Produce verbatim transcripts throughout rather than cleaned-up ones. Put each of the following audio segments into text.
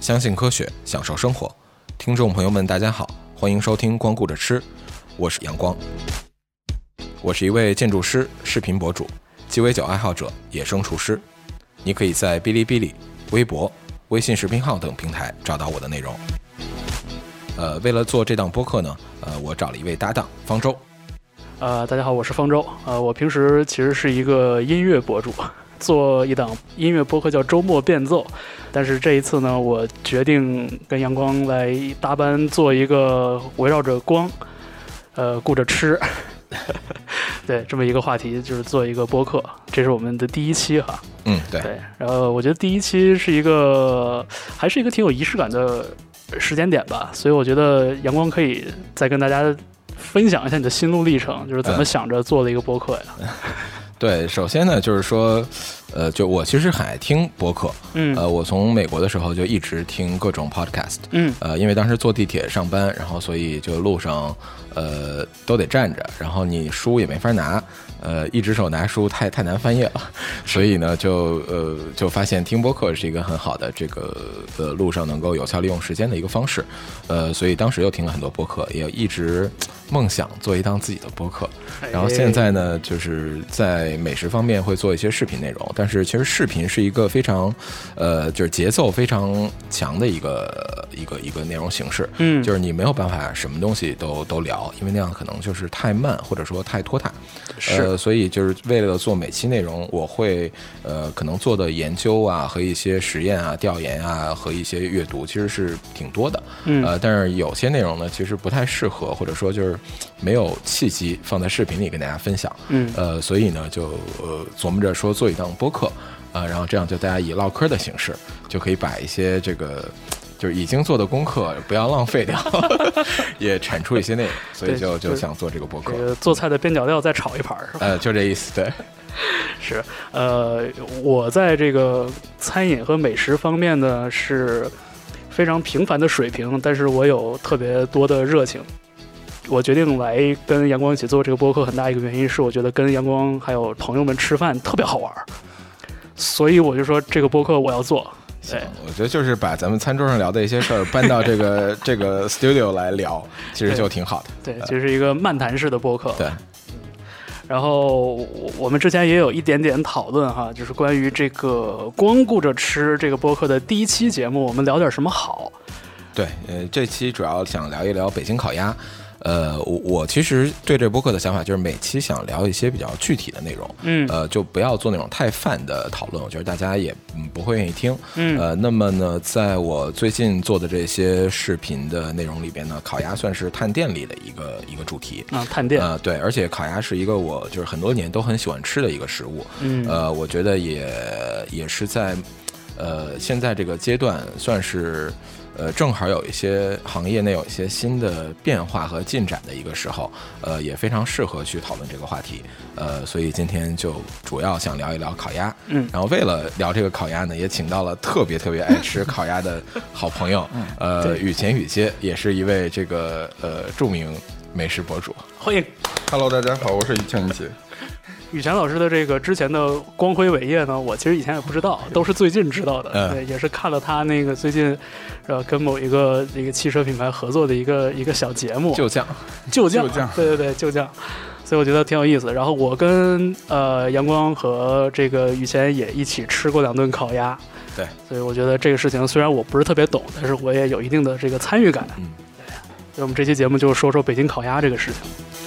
相信科学，享受生活。听众朋友们大家好，欢迎收听光顾着吃，我是阳光。我是一位建筑师、视频博主、鸡尾酒爱好者、野生厨师。你可以在哔哩哔哩、微博、微信视频号等平台找到我的内容。呃，为了做这档播客呢，呃，我找了一位搭档方舟。 呃，大家好，我是方舟。呃，我平时其实是一个音乐博主，做一档音乐播客叫周末变奏。但是这一次呢，我决定跟阳光来搭班做一个围绕着光，呃，顾着吃，对，这么一个话题，就是做一个播客。这是我们的第一期哈。 嗯，对。 对，然后我觉得第一期是一个，还是一个挺有仪式感的时间点吧，所以我觉得阳光可以再跟大家分享一下你的心路历程，就是怎么想着做的一个播客呀？ 嗯、对，首先呢，就是说，呃，就我其实很爱听播客，嗯，呃，我从美国的时候就一直听各种 podcast，嗯，呃，因为当时坐地铁上班，然后所以就路上，呃，都得站着，然后你书也没法拿。呃，一只手拿书太太难翻页了，所以呢，就呃就发现听播客是一个很好的这个呃路上能够有效利用时间的一个方式，呃，所以当时又听了很多播客，也一直梦想做一档自己的播客。然后现在呢，就是在美食方面会做一些视频内容，但是其实视频是一个非常呃就是节奏非常强的一个一个一个内容形式，嗯，就是你没有办法什么东西都都聊，因为那样可能就是太慢或者说太拖沓，是。呃，所以就是为了做每期内容，我会呃可能做的研究啊和一些实验啊、调研啊和一些阅读其实是挺多的，嗯，呃，但是有些内容呢其实不太适合，或者说就是没有契机放在视频里跟大家分享，嗯，呃，所以呢就呃琢磨着说做一档播客，啊、呃，然后这样就大家以唠嗑的形式就可以把一些这个。就是已经做的功课不要浪费掉，也产出一些内容，所以就就想做这个播客。 这个做菜的边角料再炒一盘是吧？ 呃，就这意思，对。 是，呃，我在这个餐饮和美食方面呢是非常平凡的水平，但是我有特别多的热情。我决定来跟阳光一起做这个播客，很大一个原因是我觉得跟阳光还有朋友们吃饭特别好玩，所以我就说这个播客我要做。 对，我觉得就是把咱们餐桌上聊的一些事儿搬到这个这个 studio 来聊，其实就挺好的。 对，对就是一个漫谈式的播客。 对。 然后我们之前也有一点点讨论哈，就是关于这个光顾着吃这个播客的第一期节目，我们聊点什么好？ 对，呃，这期主要想聊一聊北京烤鸭。呃，我我其实对这播客的想法就是每期想聊一些比较具体的内容，嗯，呃，就不要做那种太泛的讨论，我觉得大家也不会愿意听，嗯，呃，那么呢，在我最近做的这些视频的内容里边呢，烤鸭算是探店里的一个一个主题啊，探店， 呃，对，而且烤鸭是一个我就是很多年都很喜欢吃的一个食物，嗯，呃，我觉得也也是在呃现在这个阶段算是。呃，正好有一些行业内有一些新的变化和进展的一个时候，呃，也非常适合去讨论这个话题。呃，所以今天就主要想聊一聊烤鸭。嗯，然后为了聊这个烤鸭呢，也请到了特别特别爱吃烤鸭的好朋友，呃，雨前雨歇，也是一位这个呃著名美食博主。 欢迎 ，Hello， 大家好，我是雨前雨歇。 雨前老师的这个之前的光辉伟业呢，我其实以前也不知道，都是最近知道的。嗯、对，也是看了他那个最近，呃，跟某一个一个汽车品牌合作的一个一个小节目。 旧将， 旧将， 旧将， 对对对，旧将。所以我觉得挺有意思的。然后我跟呃阳光和这个雨前也一起吃过两顿烤鸭。 对， 所以我觉得这个事情虽然我不是特别懂，但是我也有一定的这个参与感。嗯，对。所以我们这期节目就说说北京烤鸭这个事情。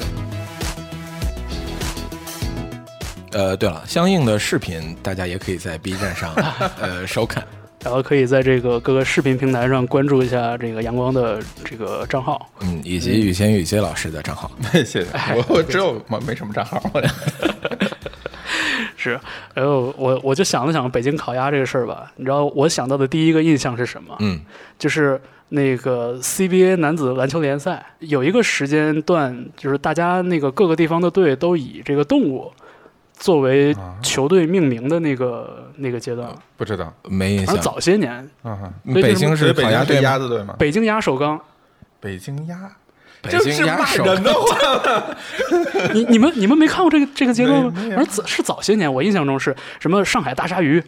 呃，对了，相应的视频大家也可以在 B 站上呃收看， 然后可以在这个各个视频平台上关注一下这个阳光的这个账号， 嗯，以及雨前雨歇老师的账号。 谢谢，我我只有没什么账号。 是，然后我我就想了想北京烤鸭这个事儿吧，你知道我想到的第一个印象是什么？嗯，就是那个 C B A 男子篮球联赛有一个时间段，就是大家那个各个地方的队都以这个动物作为球队命名的那个、啊、那个阶段， 不知道， 没印象。 早些年， 啊、 北京是烤鸭队鸭子队吗？ 北京鸭首钢， 北京鸭， 北京鸭首钢。 你你们你们没看过这个这个阶段吗？而是早些年，我印象中是什么上海大鲨鱼。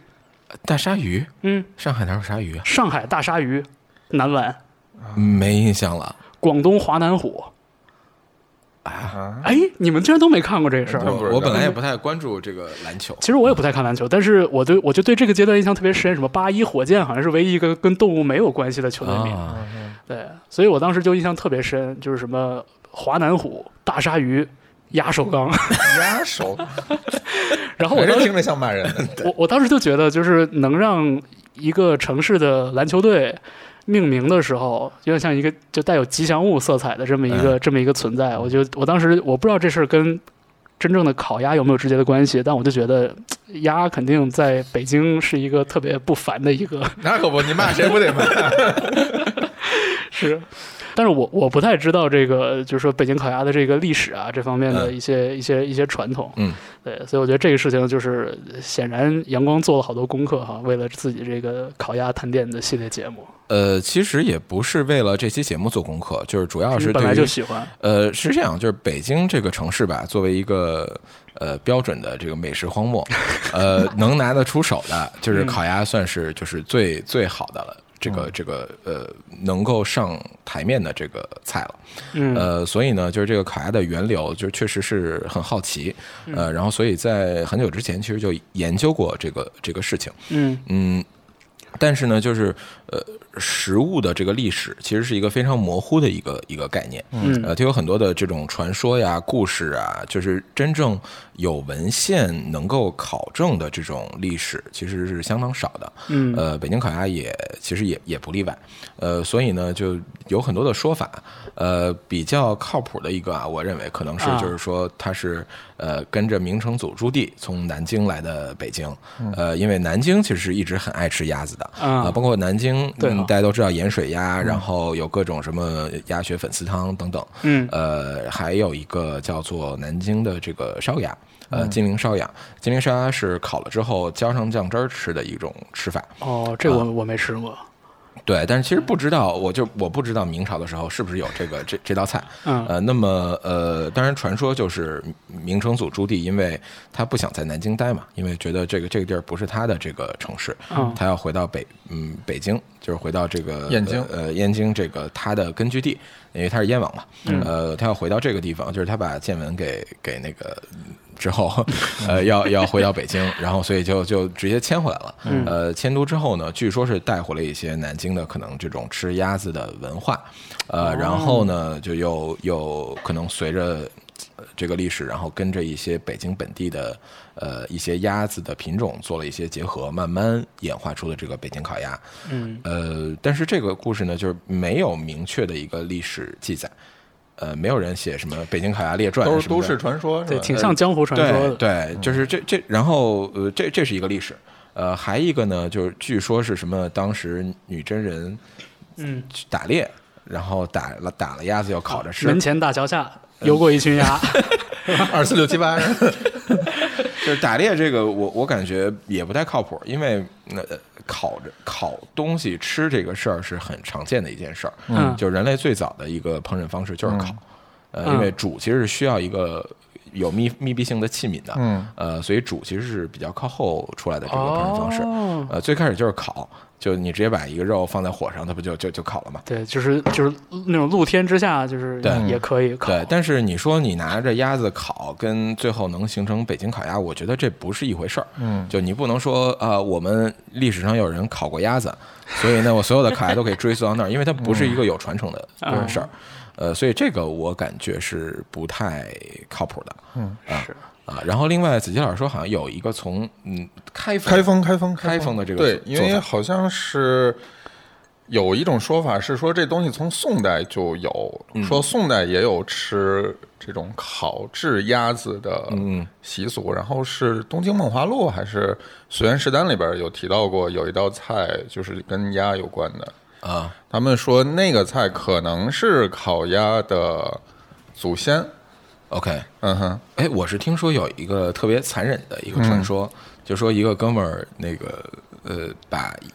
大鲨鱼， 嗯， 上海哪有鲨鱼啊？ 上海大鲨鱼，南湾， 没印象了。 广东华南虎。啊！哎，你们居然都没看过这个事儿？ 我我本来也不太关注这个篮球， 其实我也不太看篮球，但是我对我就对这个阶段印象特别深。什么八一火箭好像是唯一一个跟动物没有关系的球队名，啊、对，所以我当时就印象特别深，就是什么华南虎、大鲨鱼、鸭首钢、 鸭首， 然后我当时听着像骂人的。 我我当时就觉得，就是能让一个城市的篮球队命名的时候，有点像一个就带有吉祥物色彩的这么一个、嗯、这么一个存在。我就我当时我不知道这事儿跟真正的烤鸭有没有直接的关系，但我就觉得鸭肯定在北京是一个特别不凡的一个。 那可不，你骂谁不得骂？ 是。但是我我不太知道这个，就是说北京烤鸭的这个历史啊，这方面的一些、嗯、一些一些传统， 嗯， 对，所以我觉得这个事情就是显然阳光做了好多功课哈，为了自己这个烤鸭探店的系列节目。 呃，其实也不是为了这期节目做功课，就是主要是本来就喜欢。 呃，是这样，就是北京这个城市吧，作为一个呃标准的这个美食荒漠，呃，能拿得出手的，就是烤鸭算是就是最、嗯、最好的了。这个这个呃，能够上台面的这个菜了， 嗯， 呃，所以呢，就是这个烤鸭的源流，就确实是很好奇，呃，然后所以在很久之前，其实就研究过这个这个事情， 嗯嗯，但是呢，就是呃，食物的这个历史其实是一个非常模糊的一个一个概念， 嗯， 呃，它有很多的这种传说呀、故事啊，就是真正有文献能够考证的这种历史，其实是相当少的， 嗯， 呃，北京烤鸭也其实也也不例外，呃，所以呢，就有很多的说法，呃，比较靠谱的一个啊，我认为可能是就是说它是呃跟着明成祖朱棣从南京来的北京，呃，因为南京其实是一直很爱吃鸭子的啊、呃，包括南京， 对、 嗯，大家都知道盐水鸭，然后有各种什么鸭血粉丝汤等等， 嗯， 呃，还有一个叫做南京的这个烧鸭。呃，金陵烧鸭，金陵烧鸭是烤了之后浇上酱汁儿吃的一种吃法。 哦，这我、呃、我没吃过。 对，但是其实不知道，我就我不知道明朝的时候是不是有这个这这道菜。 嗯。 呃，那么呃，当然传说就是明成祖朱棣，因为他不想在南京待嘛，因为觉得这个这个地儿不是他的这个城市， 嗯、 他要回到北嗯北京，就是回到这个燕京呃燕京这个他的根据地，因为他是燕王嘛， 嗯、 呃，他要回到这个地方，就是他把建文给给那个。之后，呃，要要回到北京，然后所以就就直接迁回来了。 嗯、 呃，迁都之后呢，据说是带回了一些南京的可能这种吃鸭子的文化，呃， 哦、 然后呢，就又又可能随着这个历史，然后跟着一些北京本地的呃一些鸭子的品种做了一些结合，慢慢演化出了这个北京烤鸭。 嗯， 呃，但是这个故事呢，就是没有明确的一个历史记载。呃，没有人写什么《北京烤鸭列传》， 都是都市传说， 对，挺像江湖传说的。 对，对就是这这，然后呃，这这是一个历史。呃，还一个呢，就是据说是什么，当时女真人嗯打猎，然后打了打了鸭子要烤着吃。 门前大桥下游过一群鸭， 二四六七八人。 就是打猎这个，我我感觉也不太靠谱，因为呃烤着烤东西吃这个事儿是很常见的一件事儿。 嗯， 就人类最早的一个烹饪方式就是烤， 嗯、 呃，因为煮其实是需要一个有密密闭性的器皿的， 嗯， 呃，所以煮其实是比较靠后出来的这个烹饪方式。 哦、 呃，最开始就是烤。就你直接把一个肉放在火上，它不就就就烤了吗？ 对，就是就是那种露天之下，就是也可以烤。 对，但是你说你拿着鸭子烤，跟最后能形成北京烤鸭，我觉得这不是一回事儿。 嗯， 就你不能说啊、呃，我们历史上有人烤过鸭子，所以呢，我所有的烤鸭都可以追溯到那儿，因为它不是一个有传承的事儿。嗯、呃，所以这个我感觉是不太靠谱的。 嗯， 啊。 是。 啊，然后另外子琪老师说，好像有一个从嗯开封开封开封开封的这个对，因为好像是有一种说法是说这东西从宋代就有， 嗯、 说宋代也有吃这种烤制鸭子的习俗， 嗯、 然后是《东京梦华录》还是《随园食单》里边有提到过，有一道菜就是跟鸭有关的啊， 他们说那个菜可能是烤鸭的祖先。 OK， 嗯哼， 哎，我是听说有一个特别残忍的一个传说， 嗯、 就说一个哥们儿那个呃把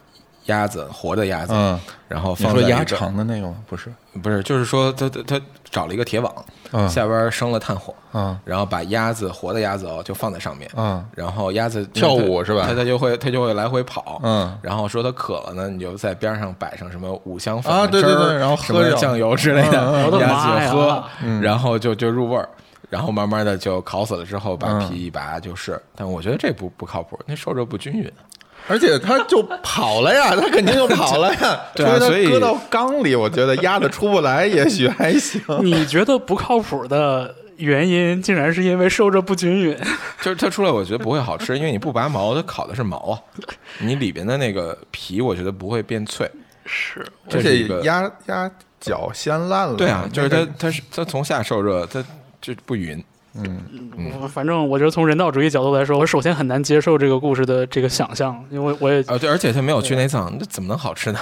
鸭子，活的鸭子， 嗯， 然后放在你说鸭肠的那个吗？不是， 不是，就是说他他他找了一个铁网， 嗯， 下边生了炭火， 嗯， 然后把鸭子活的鸭子哦就放在上面， 嗯， 然后鸭子跳舞是吧？ 它它就会它就会来回跑， 嗯， 然后说它渴了呢，你就在边上摆上什么五香粉啊，对对对，然后喝什么酱油之类的， 嗯嗯、 鸭子就喝， 嗯、 然后就就入味儿。然后慢慢的就烤死了之后，把皮一拔就是，嗯、但我觉得这不不靠谱，那受热不均匀， 而且它就跑了呀，它肯定就跑了呀。 对啊，所以搁到缸里，我觉得压的出不来，也许还行。 你觉得不靠谱的原因，竟然是因为受热不均匀？ 就是它出来，我觉得不会好吃，因为你不拔毛，它烤的是毛啊，你里边的那个皮，我觉得不会变脆。 是， 而且鸭鸭脚先烂了。 对啊，就是它它是它从下受热，它。就不匀， 嗯嗯，反正我觉得从人道主义角度来说，我首先很难接受这个故事的这个想象，因为我也啊、哦、对，而且它没有去内脏，那怎么能好吃呢？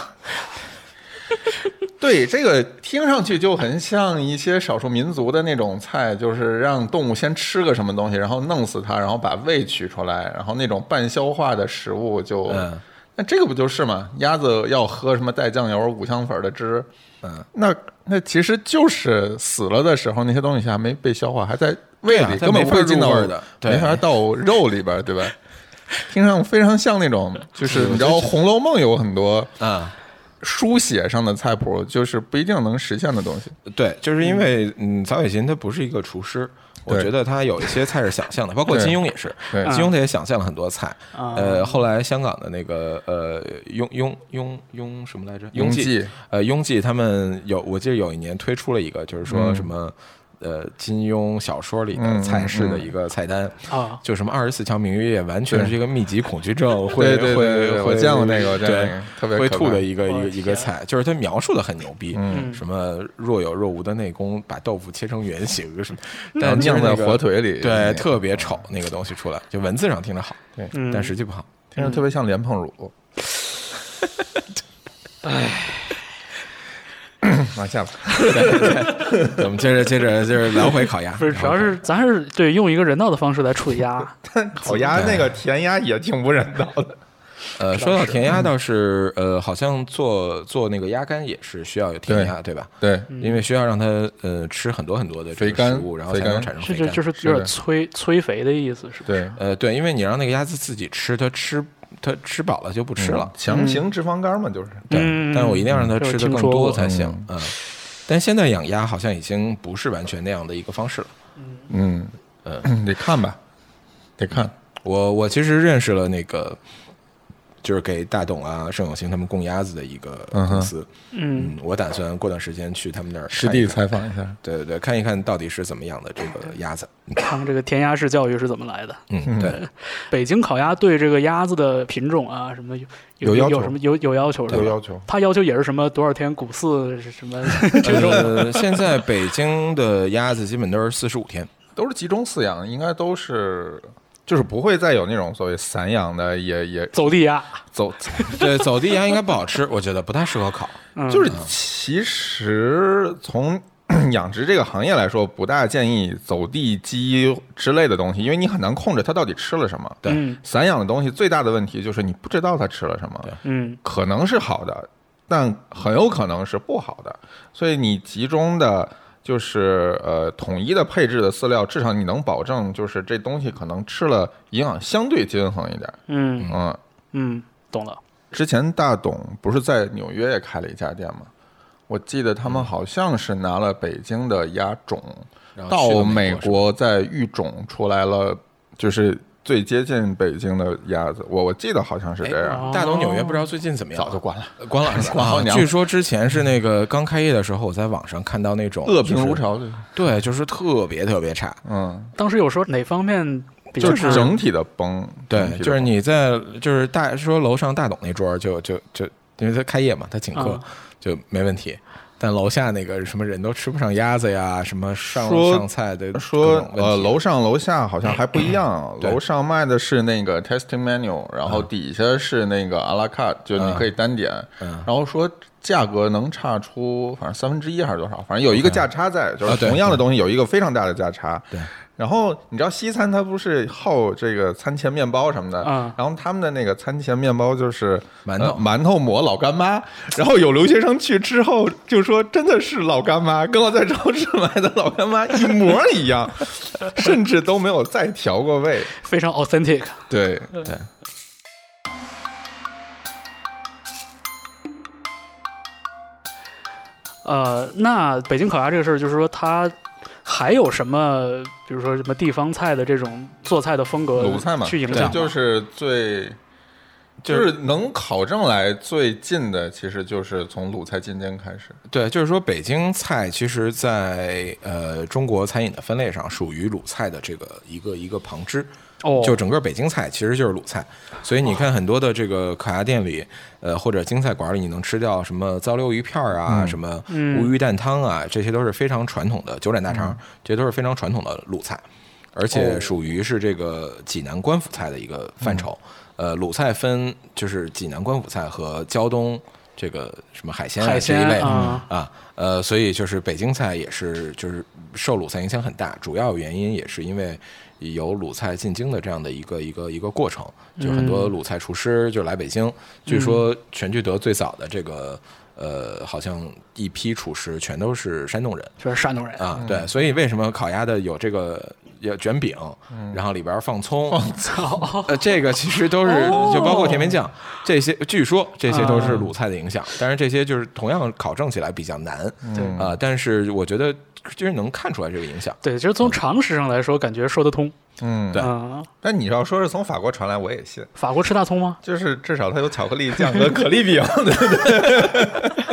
对，这个听上去就很像一些少数民族的那种菜，就是让动物先吃个什么东西，然后弄死它，然后把胃取出来，然后那种半消化的食物就，嗯，那这个不就是吗？鸭子要喝什么带酱油、五香粉的汁，嗯，那那其实就是死了的时候那些东西还没被消化，还在胃里，啊、根本不会进到的， 没法到肉里边，对吧？听上非常像那种，就是你知道《红楼梦》有很多啊。书写上的菜谱就是不一定能实现的东西。 对，就是因为嗯，曹雪芹他不是一个厨师，我觉得他有一些菜是想象的，包括金庸也是，金庸他也想象了很多菜。呃，后来香港的那个呃雍雍雍雍什么来着？ 雍记， 呃雍记他们有，我记得有一年推出了一个，就是说什么。嗯呃，金庸小说里的菜式的一个菜单啊，嗯、就什么二十四桥明月夜，完全是一个密集恐惧症会会会，我见过那个， 对， 特别会吐的一个一个一个菜，就是他描述的很牛逼，嗯，什么若有若无的内功，把豆腐切成圆形，什么，但酿在火腿里， 对，特别丑那个东西出来，就文字上听着好，对，但实际不好， 听着特别像莲蓬乳。 唉。 往下吧， 我们接着接着接着聊回烤鸭。 不是，主要是咱是对用一个人道的方式来处理鸭。 烤鸭那个填鸭也挺不人道的。 呃，说到填鸭，倒是呃，好像做做那个鸭肝也是需要有填鸭，对吧？ 对， 因为需要让它呃吃很多很多的这个食物，然后才能产生肥肝，就是有点催催肥的意思，是吧？ 对， 呃，对，因为你让那个鸭子自己吃，它吃。它吃饱了就不吃了， 嗯、强行脂肪肝嘛，就是。 对，嗯、但我一定要让它吃的更多才行。嗯，但现在养鸭好像已经不是完全那样的一个方式了。 嗯嗯嗯，得看吧，得看。 我我其实认识了那个，就是给大董啊、盛永兴他们供鸭子的一个公司。嗯, 嗯，我打算过段时间去他们那儿实地采访一下。 对对对，看一看到底是怎么样的这个鸭子。 看看这个填鸭式教育是怎么来的。 嗯，对。 北京烤鸭对这个鸭子的品种啊，什么有有有什么有有要求是吧？ 有要求。 他要求也是什么多少天谷饲什么这种。 呃，现在北京的鸭子基本都是四十五天， 都是集中饲养，应该都是。就是不会再有那种所谓散养的，也也走地鸭， 走对走地鸭应该不好吃，我觉得不太适合烤。 嗯、 就是其实从养殖这个行业来说，不大建议走地鸡之类的东西，因为你很难控制它到底吃了什么。 对， 嗯、 散养的东西最大的问题就是你不知道它吃了什么。 嗯， 可能是好的，但很有可能是不好的，所以你集中的。就是呃，统一的配置的饲料，至少你能保证，就是这东西可能吃了营养相对均衡一点。 嗯嗯嗯，懂了。 之前大董不是在纽约也开了一家店吗？我记得他们好像是拿了北京的鸭种， 嗯、 到美国再育种出来了，就是最接近北京的鸭子。我我记得好像是这样。 大董纽约不知道最近怎么样？ 早就关了， 关了，关好几年。据说之前是那个刚开业的时候，我在网上看到那种恶评如潮， 对，就是特别特别差。 嗯， 当时有说哪方面比较就是整体的崩， 对，就是你在就是大说楼上大董那桌就就就因为他开业嘛，他请客、嗯、就没问题。但楼下那个什么人都吃不上鸭子呀，什么上上菜的说呃，楼上楼下好像还不一样，楼上卖的是那个 tasting menu， 然后底下是那个 a la carte，、嗯、就你可以单点，嗯、然后说价格能差出反正三分之一还是多少，反正有一个价差在，就是同样的东西有一个非常大的价差。 对。 然后你知道西餐它不是好这个餐前面包什么的，嗯，然后他们的那个餐前面包就是馒头、呃、 馒头抹老干妈，然后有留学生去之后就说真的是老干妈，跟我在超市买的老干妈一模一样，甚至都没有再调过味， 非常 authentic。 对对。 呃，那北京烤鸭这个事儿，就是说它还有什么，比如说什么地方菜的这种做菜的风格， 鲁菜嘛， 去影响， 就是最，就是能考证来最近的，其实就是从鲁菜进京开始。 对，就是说北京菜其实在呃中国餐饮的分类上属于鲁菜的这个一个一个旁支。 哦， 就整个北京菜其实就是鲁菜，所以你看很多的这个烤鸭店里，呃或者京菜馆里，你能吃到什么糟溜鱼片啊，嗯、什么乌鱼蛋汤啊，这些都是非常传统的九转大肠，嗯、这些都是非常传统的鲁菜，而且属于是这个济南官府菜的一个范畴。嗯、呃，鲁菜分就是济南官府菜和胶东这个什么海鲜啊这一类啊、 啊，呃，所以就是北京菜也是就是受鲁菜影响很大，主要原因也是因为有鲁菜进京的这样的一个一个一个过程，就很多鲁菜厨师就来北京，嗯、据说全聚德最早的这个呃，好像一批厨师全都是山东人， 全是山东人啊，对，嗯、所以为什么烤鸭的有这个有卷饼，嗯、然后里边放葱， 放呃，这个其实都是、哦、就包括甜面酱这些，据说这些都是鲁菜的影响，但是这些就是同样考证起来比较难， 对啊、呃，但是我觉得就是能看出来这个影响。 对，其实从常识上来说，嗯、感觉说得通。 嗯， 对。 嗯、 但你要说是从法国传来，我也信。 法国吃大葱吗？ 就是至少它有巧克力酱和可丽饼，对不对？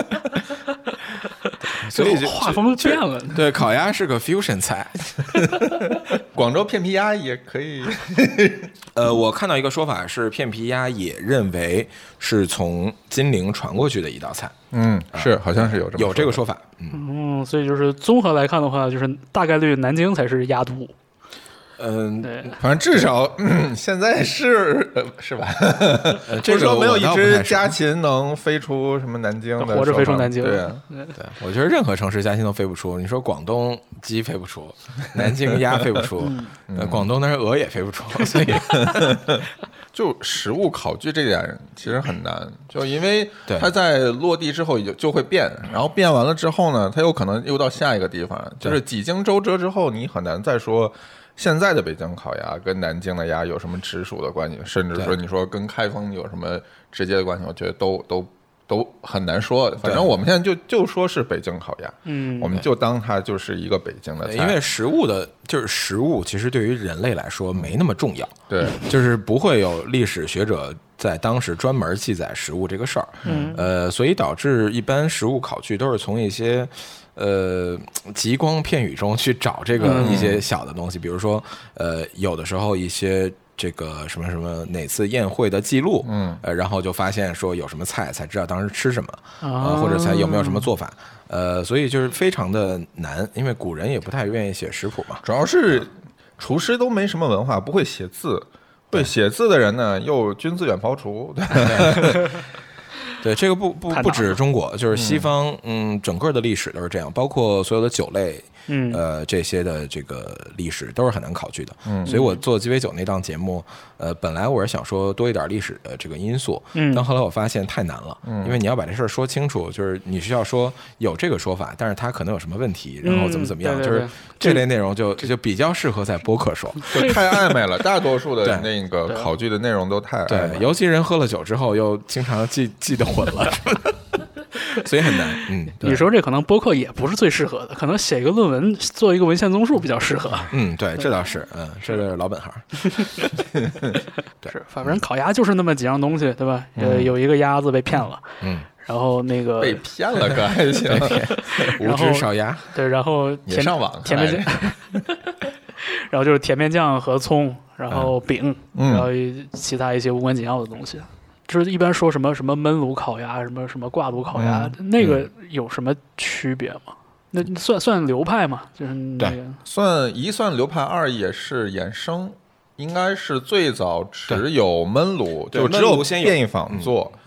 所以画风变了。 对，烤鸭是个 fusion 菜。 广州片皮鸭也可以。 呃，我看到一个说法是，片皮鸭也认为是从金陵传过去的一道菜。 嗯，是，好像是有这么有这个说法。 嗯, 嗯，所以就是综合来看的话，就是大概率南京才是鸭都。 嗯， 对， 反正至少、嗯、现在是、呃、是吧？ 呃，这个没有一只家禽能飞出什么南京的， 活着飞出南京。 对， 对， 对，我觉得任何城市家禽都飞不出。你说广东鸡飞不出，南京鸭飞不出，嗯呃、广东那鹅也飞不出，所以就食物考据这点其实很难，就因为它在落地之后就就会变，然后变完了之后呢，它有可能又到下一个地方，就是几经周折之后，你很难再说现在的北京烤鸭跟南京的鸭有什么直属的关系，甚至说你说跟开封有什么直接的关系，我觉得都都都很难说。反正我们现在就就说是北京烤鸭， 嗯， 我们就当它就是一个北京的菜， 因为食物的就是食物，其实对于人类来说没那么重要， 对， 就是不会有历史学者在当时专门记载食物这个事儿， 嗯， 呃，所以导致一般食物考据都是从一些。呃，极光片语中去找这个一些小的东西，嗯、比如说，呃，有的时候一些这个什么什么哪次宴会的记录， 嗯， 呃，然后就发现说有什么菜，才知道当时吃什么，呃，或者才有没有什么做法，呃，所以就是非常的难，因为古人也不太愿意写食谱嘛， 主要是厨师都没什么文化，不会写字，会写字的人呢又君子远庖厨，对。 对，这个不不不止中国，就是西方，嗯，整个的历史都是这样，包括所有的酒类， 嗯， 呃，这些的这个历史都是很难考据的。 嗯， 所以我做鸡尾酒那档节目，呃，本来我是想说多一点历史的这个因素， 嗯， 但后来我发现太难了， 嗯， 因为你要把这事儿说清楚，就是你需要说有这个说法，但是它可能有什么问题，然后怎么怎么样， 嗯、对对对就是这类内容就就比较适合在播客说， 就太暧昧了，大多数的那个考据的内容都太暧昧， 对，尤其人喝了酒之后又经常记记得混了。所以很难，嗯， 你说这可能播客也不是最适合的，可能写一个论文，做一个文献综述比较适合。 嗯，对，这倒是，嗯，这是老本行。 对，是，反正烤鸭就是那么几样东西，对吧？呃、嗯，有一个鸭子被骗了， 嗯， 然后那个被骗了可还行， 无知烧鸭， 对，然后也上网甜面酱，然后就是甜面酱和葱，然后饼， 嗯、 然后其他一些无关紧要的东西。就是一般说什么什么焖炉烤鸭，什么什么挂炉烤鸭， 嗯、 那个有什么区别吗？那算算流派吗？就是那个算一算流派，二也是衍生，应该是最早只有焖炉，就只有便宜坊做。嗯、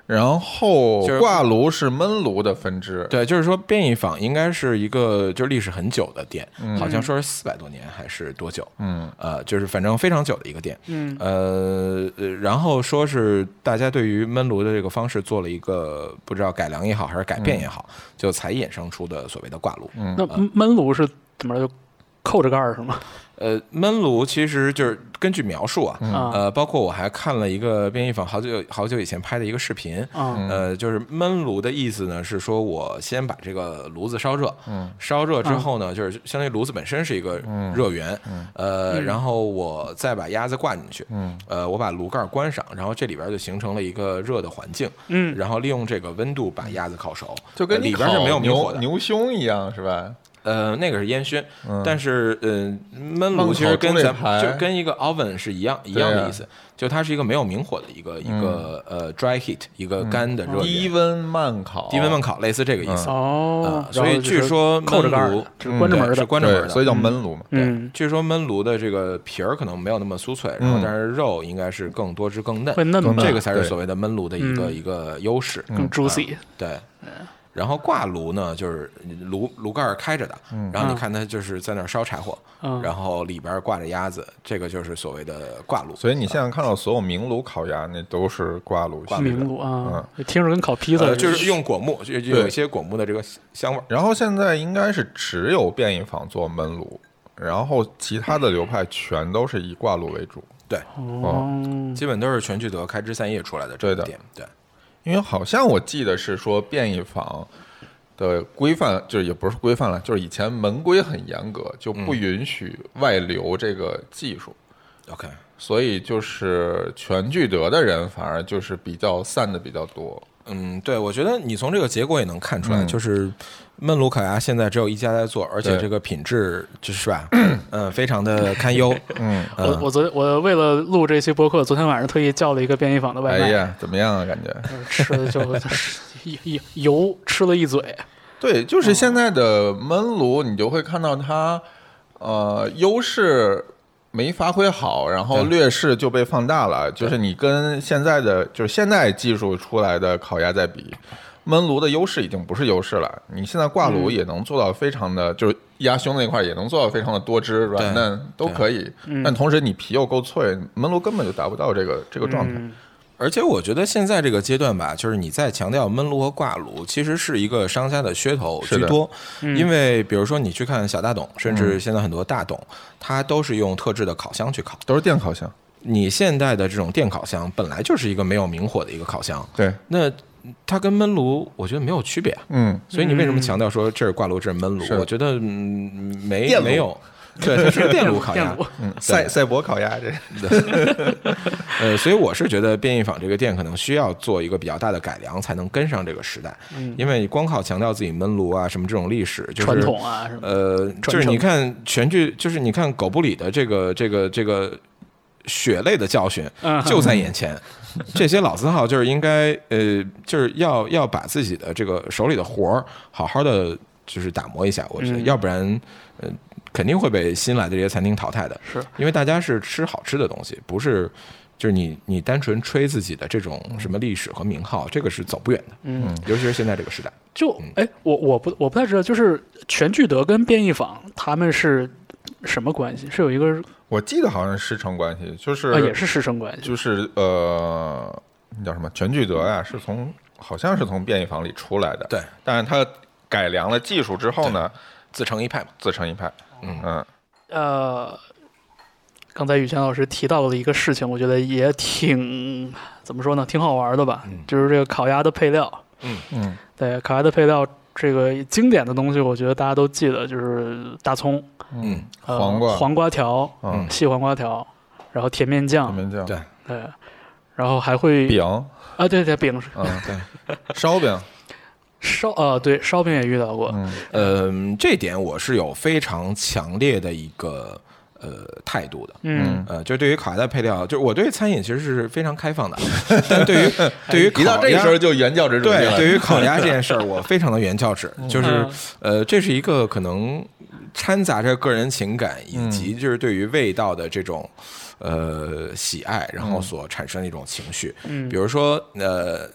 然后挂炉是焖炉的分支， 对，就是说便宜坊应该是一个就是历史很久的店，嗯、好像说是四百多年还是多久，嗯，呃，就是反正非常久的一个店，嗯，呃，然后说是大家对于焖炉的这个方式做了一个不知道改良也好还是改变也好，嗯、就才衍生出的所谓的挂炉。 嗯，那焖炉是怎么着就扣着盖儿是吗？ 呃，焖炉其实就是根据描述啊，嗯、呃，包括我还看了一个便宜坊好久好久以前拍的一个视频，嗯、呃，就是焖炉的意思呢是说我先把这个炉子烧热，嗯、烧热之后呢，就是相当于炉子本身是一个热源，嗯、呃，嗯、然后我再把鸭子挂进去，嗯、呃，我把炉盖关上，然后这里边就形成了一个热的环境，嗯，然后利用这个温度把鸭子烤熟， 就跟里边是没有明火的牛牛胸一样，是吧？ 呃，那个是烟熏，嗯、但是呃，焖炉其实跟咱就跟一个 oven 是一样一样的意思，啊、就它是一个没有明火的一个、嗯、一个呃 dry heat 一个干的热源， 低温慢烤， 低温慢烤类似这个意思。 哦、 嗯呃，所以据说焖炉是关着门的， 是关着门的， 所以叫焖炉嘛。 嗯，对，据说焖炉的这个皮儿可能没有那么酥脆，然后但是肉应该是更多汁更嫩， 会嫩吗？ 这个才是所谓的焖炉的一个一个优势， 更 juicy。 呃、对。然后挂炉呢，就是炉炉盖开着的，嗯、然后你看它就是在那儿烧柴火，嗯、然后里边挂着鸭子，这个就是所谓的挂炉。 所以你现在看到所有明炉烤鸭，那都是挂炉。 明炉啊，嗯、听着跟烤披萨、 呃，就是用果木，就有一些果木的这个香味。 然后现在应该是只有便宜坊做焖炉，然后其他的流派全都是以挂炉为主。 对， 哦， 基本都是全聚德开枝散叶出来的这个店。对的，对。 因为好像我记得是说便宜坊的规范，就是也不是规范了，就是以前门规很严格，就不允许外流这个技术。 嗯、OK， 所以就是全聚德的人反而就是比较散的比较多。 嗯，对，我觉得你从这个结果也能看出来，嗯、就是焖炉烤鸭现在只有一家在做，而且这个品质就是吧，嗯，非常的堪忧。嗯， 我我昨天我为了录这期播客，昨天晚上特意叫了一个便宜坊的外卖。 哎呀，怎么样啊？感觉吃的就油吃了一嘴。 对，就是现在的焖炉，你就会看到它，呃，优势没发挥好，然后劣势就被放大了。就是你跟现在的就是现在技术出来的烤鸭在比，焖炉的优势已经不是优势了。你现在挂炉也能做到非常的，嗯、就是鸭胸那块也能做到非常的多汁软嫩都可以，但同时你皮又够脆，焖炉根本就达不到这个这个状态。 嗯而且我觉得现在这个阶段吧，就是你在强调焖炉和挂炉，其实是一个商家的噱头居多。 嗯、 因为比如说你去看小大董，甚至现在很多大董，它都是用特制的烤箱去烤， 都是电烤箱。 你现代的这种电烤箱本来就是一个没有明火的一个烤箱， 对， 那它跟焖炉我觉得没有区别啊。 嗯， 所以你为什么强调说这是挂炉，这是焖炉？ 是我觉得嗯没没有。对，它是电炉烤鸭， 嗯，赛赛博烤鸭这。 呃，所以我是觉得便宜坊这个店可能需要做一个比较大的改良，才能跟上这个时代。嗯，因为光靠强调自己焖炉啊什么这种历史，就是传统啊什么， 呃，就是你看全剧，就是你看狗不理的这个这个这个血泪的教训就在眼前。嗯、这些老字号就是应该呃，就是要要把自己的这个手里的活儿好好的就是打磨一下，我觉得，嗯、要不然呃。肯定会被新来的这些餐厅淘汰的， 是因为大家是吃好吃的东西，不是就是你你单纯吹自己的这种什么历史和名号，这个是走不远的。嗯，尤其是现在这个时代。 就哎，我我不我不太知道，就是全聚德跟便宜坊他们是什么关系？是有一个， 我记得好像是师承关系，就是、 啊、也是师承关系， 就是呃，那叫什么？全聚德呀，是从好像是从便宜坊里出来的， 对， 但是它改良了技术之后呢， 自成一派嘛， 自成一派。嗯嗯， 呃，刚才宇谦老师提到了一个事情，我觉得也挺怎么说呢，挺好玩的吧？嗯、就是这个烤鸭的配料。 嗯嗯， 对，烤鸭的配料，这个经典的东西，我觉得大家都记得，就是大葱， 嗯， 呃、 黄瓜， 黄瓜条， 嗯， 细黄瓜条，然后甜面酱， 甜面酱， 对对，然后还会饼啊，对对，饼， 嗯，对，烧饼。 烧呃对烧饼也遇到过， 嗯、呃，这点我是有非常强烈的一个呃态度的， 嗯呃，就对于烤鸭的配料，就我对餐饮其实是非常开放的，但对于对于一到这个时候就原教旨主义了。对，对于烤鸭这件事儿，我非常的原教旨，就是呃，这是一个可能掺杂着个人情感以及就是对于味道的这种呃喜爱，然后所产生的一种情绪， 嗯， 比如说呃。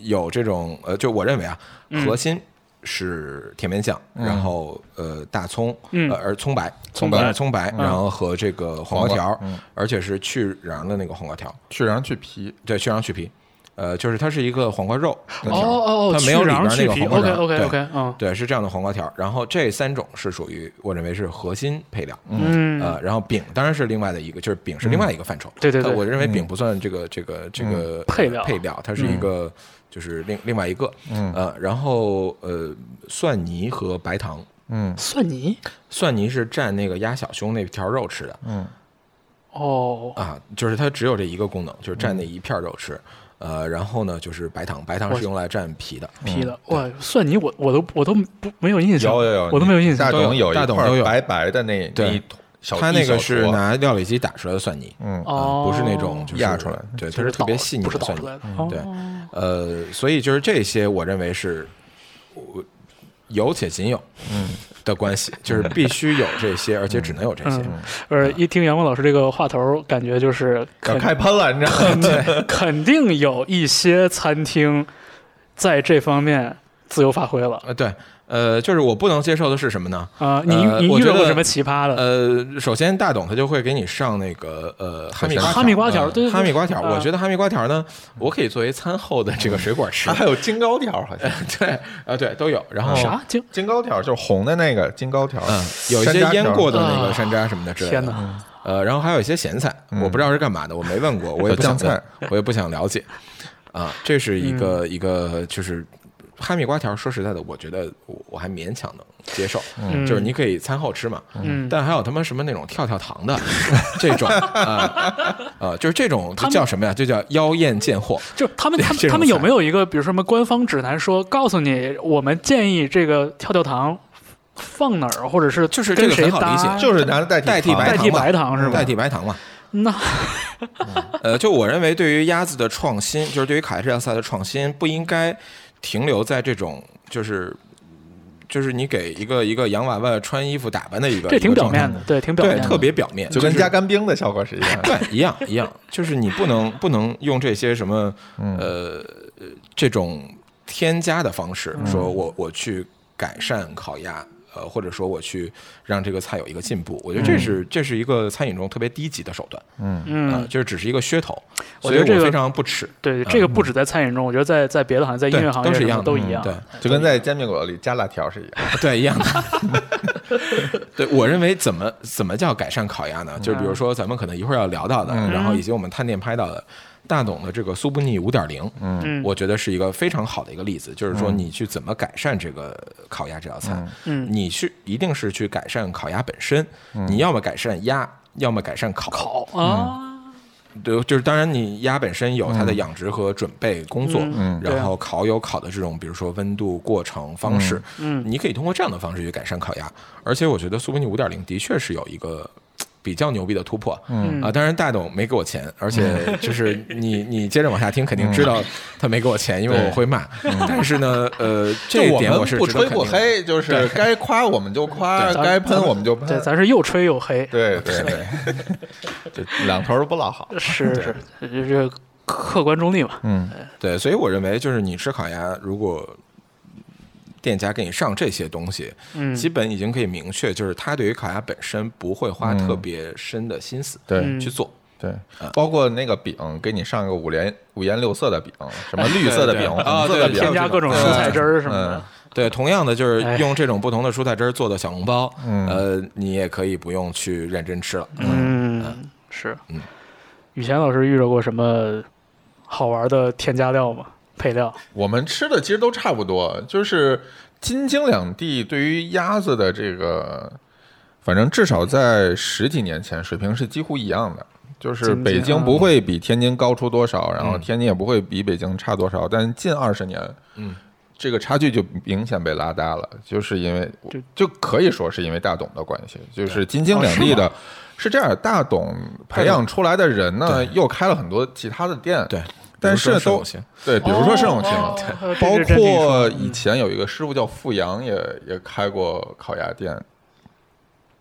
有这种呃，就我认为啊，核心是甜面酱， 嗯、 然后呃大葱， 嗯、 呃而葱白， 葱白， 葱白，然后和这个黄瓜条， 嗯、 而且是去瓤的那个黄瓜条， 去瓤去皮， 对，去瓤去皮。呃，就是它是一个黄瓜肉， 哦哦哦， 它没有里边那个黄瓜条 ，OK OK OK， 嗯， 对，是这样的黄瓜条。然后这三种是属于我认为是核心配料， 嗯， 呃，然后饼当然是另外的一个，就是饼是另外一个范畴。 对对对， 我认为饼不算这个这个这个配料配料，它是一个就是另另外一个，呃，然后呃蒜泥和白糖， 嗯， 蒜泥， 蒜泥是蘸那个鸭小胸那条肉吃的， 嗯， 哦， 啊，就是它只有这一个功能，就是蘸那一片肉吃。呃，然后呢，就是白糖，白糖是用来蘸皮的， 皮的。哇，蒜泥我我都我都不没有印象， 有有有， 我都没有印象。 大董有大董都有白白的那对，它那个是拿料理机打出来的蒜泥， 嗯， 不是那种就是压出来的， 对，它是特别细腻的蒜泥，对，呃，所以就是这些，我认为是有且仅有，嗯。的关系就是必须有这些，而且只能有这些。 呃、嗯，一听杨光老师这个话头，感觉就是要开喷了，你知道吗？ 肯肯定有一些餐厅在这方面自由发挥了。 呃，对。呃，就是我不能接受的是什么呢？ 啊、呃，你你遇到过什么奇葩的？ 呃，首先大董他就会给你上那个呃哈密哈密瓜条，对， 哈密瓜条。我觉得哈密瓜条呢，我可以作为餐后的这个水果吃。 它还有金糕条，好像对，啊对都有。然后啥金金糕条就是红的那个金糕条， 嗯，有一些腌过的那个山楂什么的之类的。 天哪！ 呃，然后还有一些咸菜，我不知道是干嘛的，我没问过，我也不想菜， 我也不想了解。啊，这是一个一个就是。哈密瓜条，说实在的，我觉得我还勉强能接受，嗯、就是你可以餐后吃嘛。嗯、但还有他妈什么那种跳跳糖的这种啊呃，就是这种这叫什么呀？就叫妖艳贱货。 就他们他们他们有没有一个，比如说什么官方指南说，告诉你我们建议这个跳跳糖放哪儿，或者是就是这个很好理解， 就是拿代替代替代替白糖是吧？ 代替白糖嘛。 那呃，就我认为，对于鸭子的创新，就是对于卡亚这道菜的创新，不应该停留在这种就是就是你给一个一个洋娃娃穿衣服打扮的一个， 这挺表面的，对，挺表面的， 对，特别表面， 就跟加干冰的效果是一样的， 对，一样一样，就是你不能不能用这些什么呃这种添加的方式，说我我去改善烤鸭。呃，或者说我去让这个菜有一个进步，我觉得这是、嗯、这是一个餐饮中特别低级的手段，嗯嗯、呃，就是只是一个噱头， 我觉得这个所以我非常不耻。 对，这个不止在餐饮中，嗯、我觉得在在别的行业，在音乐行业都是一样， 都一样， 对， 就跟在煎饼果子里加辣条是一样， 对，一样的。对，我认为怎么怎么叫改善烤鸭呢？就是比如说咱们可能一会儿要聊到的，嗯、然后以及我们探店拍到的。大董的这个苏布尼五点零，嗯，我觉得是一个非常好的一个例子，就是说你去怎么改善这个烤鸭这道菜，嗯，你去一定是去改善烤鸭本身，嗯、你要么改善鸭，要么改善烤烤啊， 对，就是当然你鸭本身有它的养殖和准备工作， 嗯， 然后烤有烤的这种，比如说温度、过程、方式， 嗯， 你可以通过这样的方式去改善烤鸭，而且我觉得苏布尼五点零的确是有一个。比较牛逼的突破，嗯啊，当然大董没给我钱，而且就是你你接着往下听，肯定知道他没给我钱，因为我会骂。但是呢，呃，这一点我是不吹不黑，就是该夸我们就夸，该喷我们就喷。 对，咱是又吹又黑。 对对对，就两头都不落好。 是是，这客观中立嘛。 嗯， 对，所以我认为就是你吃烤鸭，如果店家给你上这些东西，嗯，基本已经可以明确，就是他对于烤鸭本身不会花特别深的心思， 对， 去做， 对，包括那个饼，给你上个五颜五颜六色的饼，什么绿色的饼、红色的饼， 添加各种蔬菜汁儿什么的。 对，同样的就是用这种不同的蔬菜汁儿做的小笼包，呃，你也可以不用去认真吃了。 嗯，是。嗯，雨前老师遇到过什么好玩的添加料吗？配料， 我们吃的其实都差不多，就是京津两地对于鸭子的这个，反正至少在十几年前水平是几乎一样的，就是北京不会比天津高出多少，然后天津也不会比北京差多少，但近二十年，嗯，这个差距就明显被拉大了，就是因为就可以说是因为大董的关系，就是京津两地的。是这样，大董培养出来的人呢，又开了很多其他的店， 对。 但是都对，比如说盛永清，包括以前有一个师傅叫傅阳，也也开过烤鸭店。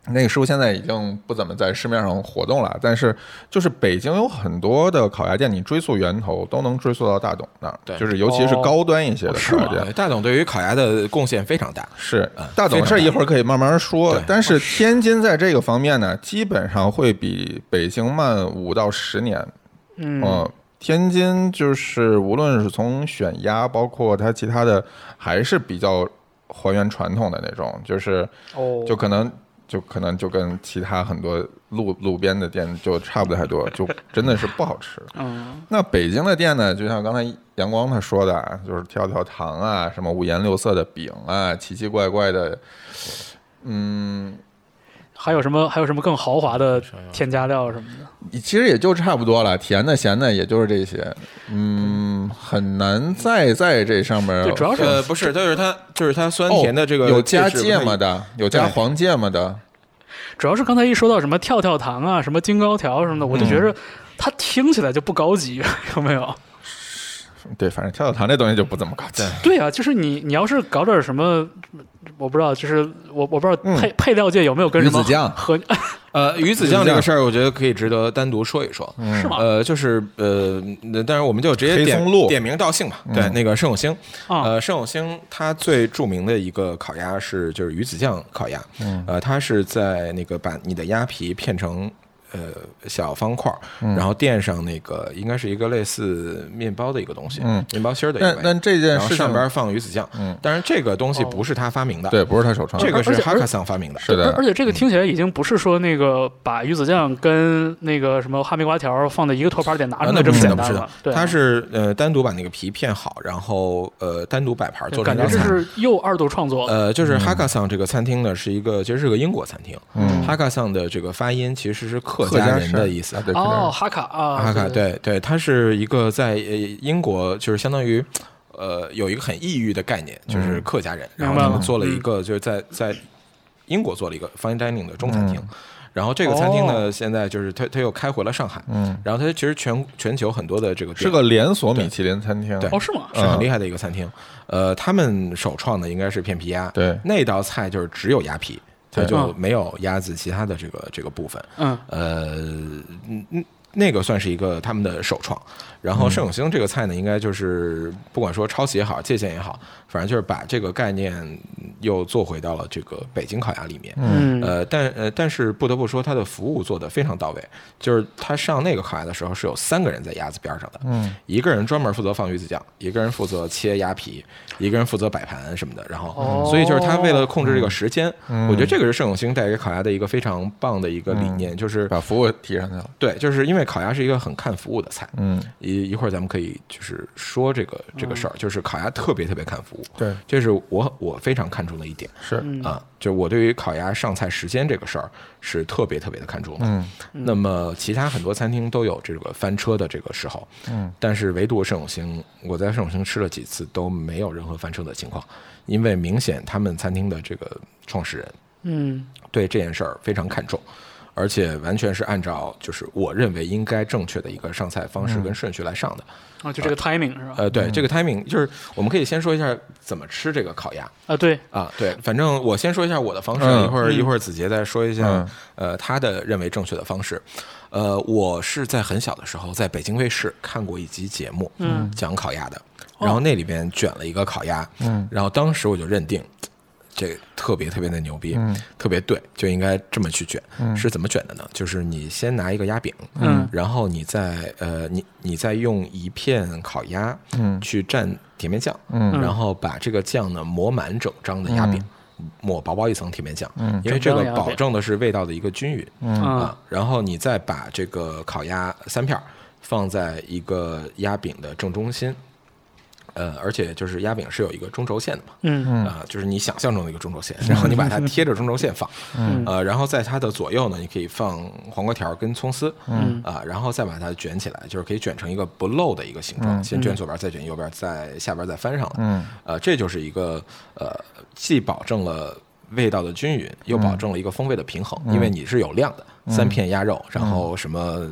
那个师傅现在已经不怎么在市面上活动了，但是就是北京有很多的烤鸭店，你追溯源头都能追溯到大董那儿， 对， 就是尤其是高端一些的烤鸭店。 哦、大董对于烤鸭的贡献非常大， 是、嗯、大董事一会儿可以慢慢说。但是天津在这个方面呢，基本上会比北京慢五到十年。 嗯、 呃，天津就是无论是从选鸭，包括它其他的，还是比较还原传统的那种，就是就可能。就可能就跟其他很多路路边的店就差不太多，就真的是不好吃。 嗯， 那北京的店呢，就像刚才阳光他说的啊，就是跳跳糖啊，什么五颜六色的饼啊，奇奇怪怪的，嗯， 还有什么还有什么更豪华的添加料什么的？ 其实也就差不多了，甜的咸的也就是这些，嗯，很难再在这上面。 对，主要是呃不是，就是它就是它酸甜的这个、 哦、有加芥末的，有加黄芥末的。 主要是刚才一说到什么跳跳糖啊，什么京高条什么的，我就觉得它听起来就不高级，有没有？ 对，反正跳跳糖这东西就不怎么高级。 对啊，就是你你要是搞点什么，我不知道，就是我我不知道配、嗯、配料界有没有跟什么鱼子酱和呃鱼子酱这个事儿，我觉得可以值得单独说一说， 嗯、是吗？ 呃，就是呃，当然我们就直接点点名道姓吧。 嗯、 对，那个盛永兴，啊、呃，盛永兴它最著名的一个烤鸭是就是鱼子酱烤鸭， 嗯、 呃，它是在那个把你的鸭皮片成。呃，小方块， 嗯、 然后垫上那个应该是一个类似面包的一个东西， 嗯， 面包芯儿的一个。 但但这件事上边放鱼子酱， 嗯， 但是这个东西不是他发明的， 对，不是他首创， 这个是哈卡桑发明的， 是的。 而且这个听起来已经不是说那个把鱼子酱跟那个什么哈密瓜条放在一个托盘点拿出来这么简单了， 对，它是呃单独把那个皮片好，然后呃单独摆盘做成感觉这是又二度创作。 呃，就是哈卡桑这个餐厅呢是一个其实是个英国餐厅， 嗯， 哈卡桑的这个发音其实是客家人的意思。 哦，哈卡啊， 哈卡，对对，它是一个在英国，就是相当于，呃，有一个很异域的概念，就是客家人， 嗯、 然后他们做了一个，就是在在英国做了一个 fine dining 的中餐厅， 嗯、 然后这个餐厅呢， 哦、 现在就是它它又开回了上海， 嗯， 然后它其实全全球很多的这个是个连锁米其林餐厅， 对， 哦是吗？ 是很厉害的一个餐厅，呃，他们首创的应该是片皮鸭， 对， 那道菜就是只有鸭皮。它就没有鸭子其他的这个这个部分， 嗯， 呃，嗯，那个算是一个他们的首创。然后盛永兴这个菜呢，应该就是不管说抄袭也好，借鉴也好，反正就是把这个概念又做回到了这个北京烤鸭里面。 嗯， 呃，但呃，但是不得不说，它的服务做得非常到位。就是他上那个烤鸭的时候，是有三个人在鸭子边上的， 嗯， 一个人专门负责放鱼子酱，一个人负责切鸭皮，一个人负责摆盘什么的。然后， 哦、 所以就是他为了控制这个时间， 嗯、 我觉得这个是盛永兴带给烤鸭的一个非常棒的一个理念， 嗯、 就是把服务提上去了。 对，就是因为烤鸭是一个很看服务的菜。 嗯， 一一会儿咱们可以就是说这个这个事儿，就是烤鸭特别特别看服务。 对， 这是我我非常看重的一点。 是啊，就我对于烤鸭上菜时间这个事儿是特别特别的看重的。 嗯， 那么其他很多餐厅都有这个翻车的这个时候。 嗯， 但是唯独盛永兴，我在盛永兴吃了几次都没有任何翻车的情况，因为明显他们餐厅的这个创始人， 嗯， 对这件事儿非常看重。而且完全是按照就是我认为应该正确的一个上菜方式跟顺序来上的。 啊、嗯，就这个 timing、呃、是吧？ 呃，对， 嗯、 这个 timing 就是我们可以先说一下怎么吃这个烤鸭啊，对啊，对，反正我先说一下我的方式， 嗯、 一会儿、嗯、一会儿子杰再说一下、 嗯、 呃他的认为正确的方式。呃，我是在很小的时候在北京卫视看过一集节目， 嗯， 讲烤鸭的，然后那里边卷了一个烤鸭， 嗯， 然后当时我就认定。这特别特别的牛逼， 嗯， 特别对，就应该这么去卷。 嗯， 是怎么卷的呢？就是你先拿一个鸭饼， 嗯， 然后你再呃，你你再用一片烤鸭， 嗯， 去蘸甜面酱， 嗯， 然后把这个酱呢抹满整张的鸭饼，嗯、抹薄薄一层甜面酱， 嗯， 因为这个保证的是味道的一个均匀， 嗯啊，然后你再把这个烤鸭三片放在一个鸭饼的正中心。呃，而且就是鸭饼是有一个中轴线的嘛， 嗯啊、呃，就是你想象中的一个中轴线，然后你把它贴着中轴线放， 嗯， 呃，然后在它的左右呢，你可以放黄瓜条跟葱丝， 嗯啊、呃，然后再把它卷起来，就是可以卷成一个不漏的一个形状， 嗯、 先卷左边，再卷右边，再下边再翻上来， 嗯， 呃，这就是一个呃，既保证了味道的均匀，又保证了一个风味的平衡， 嗯、 因为你是有量的，三片鸭肉，然后什么。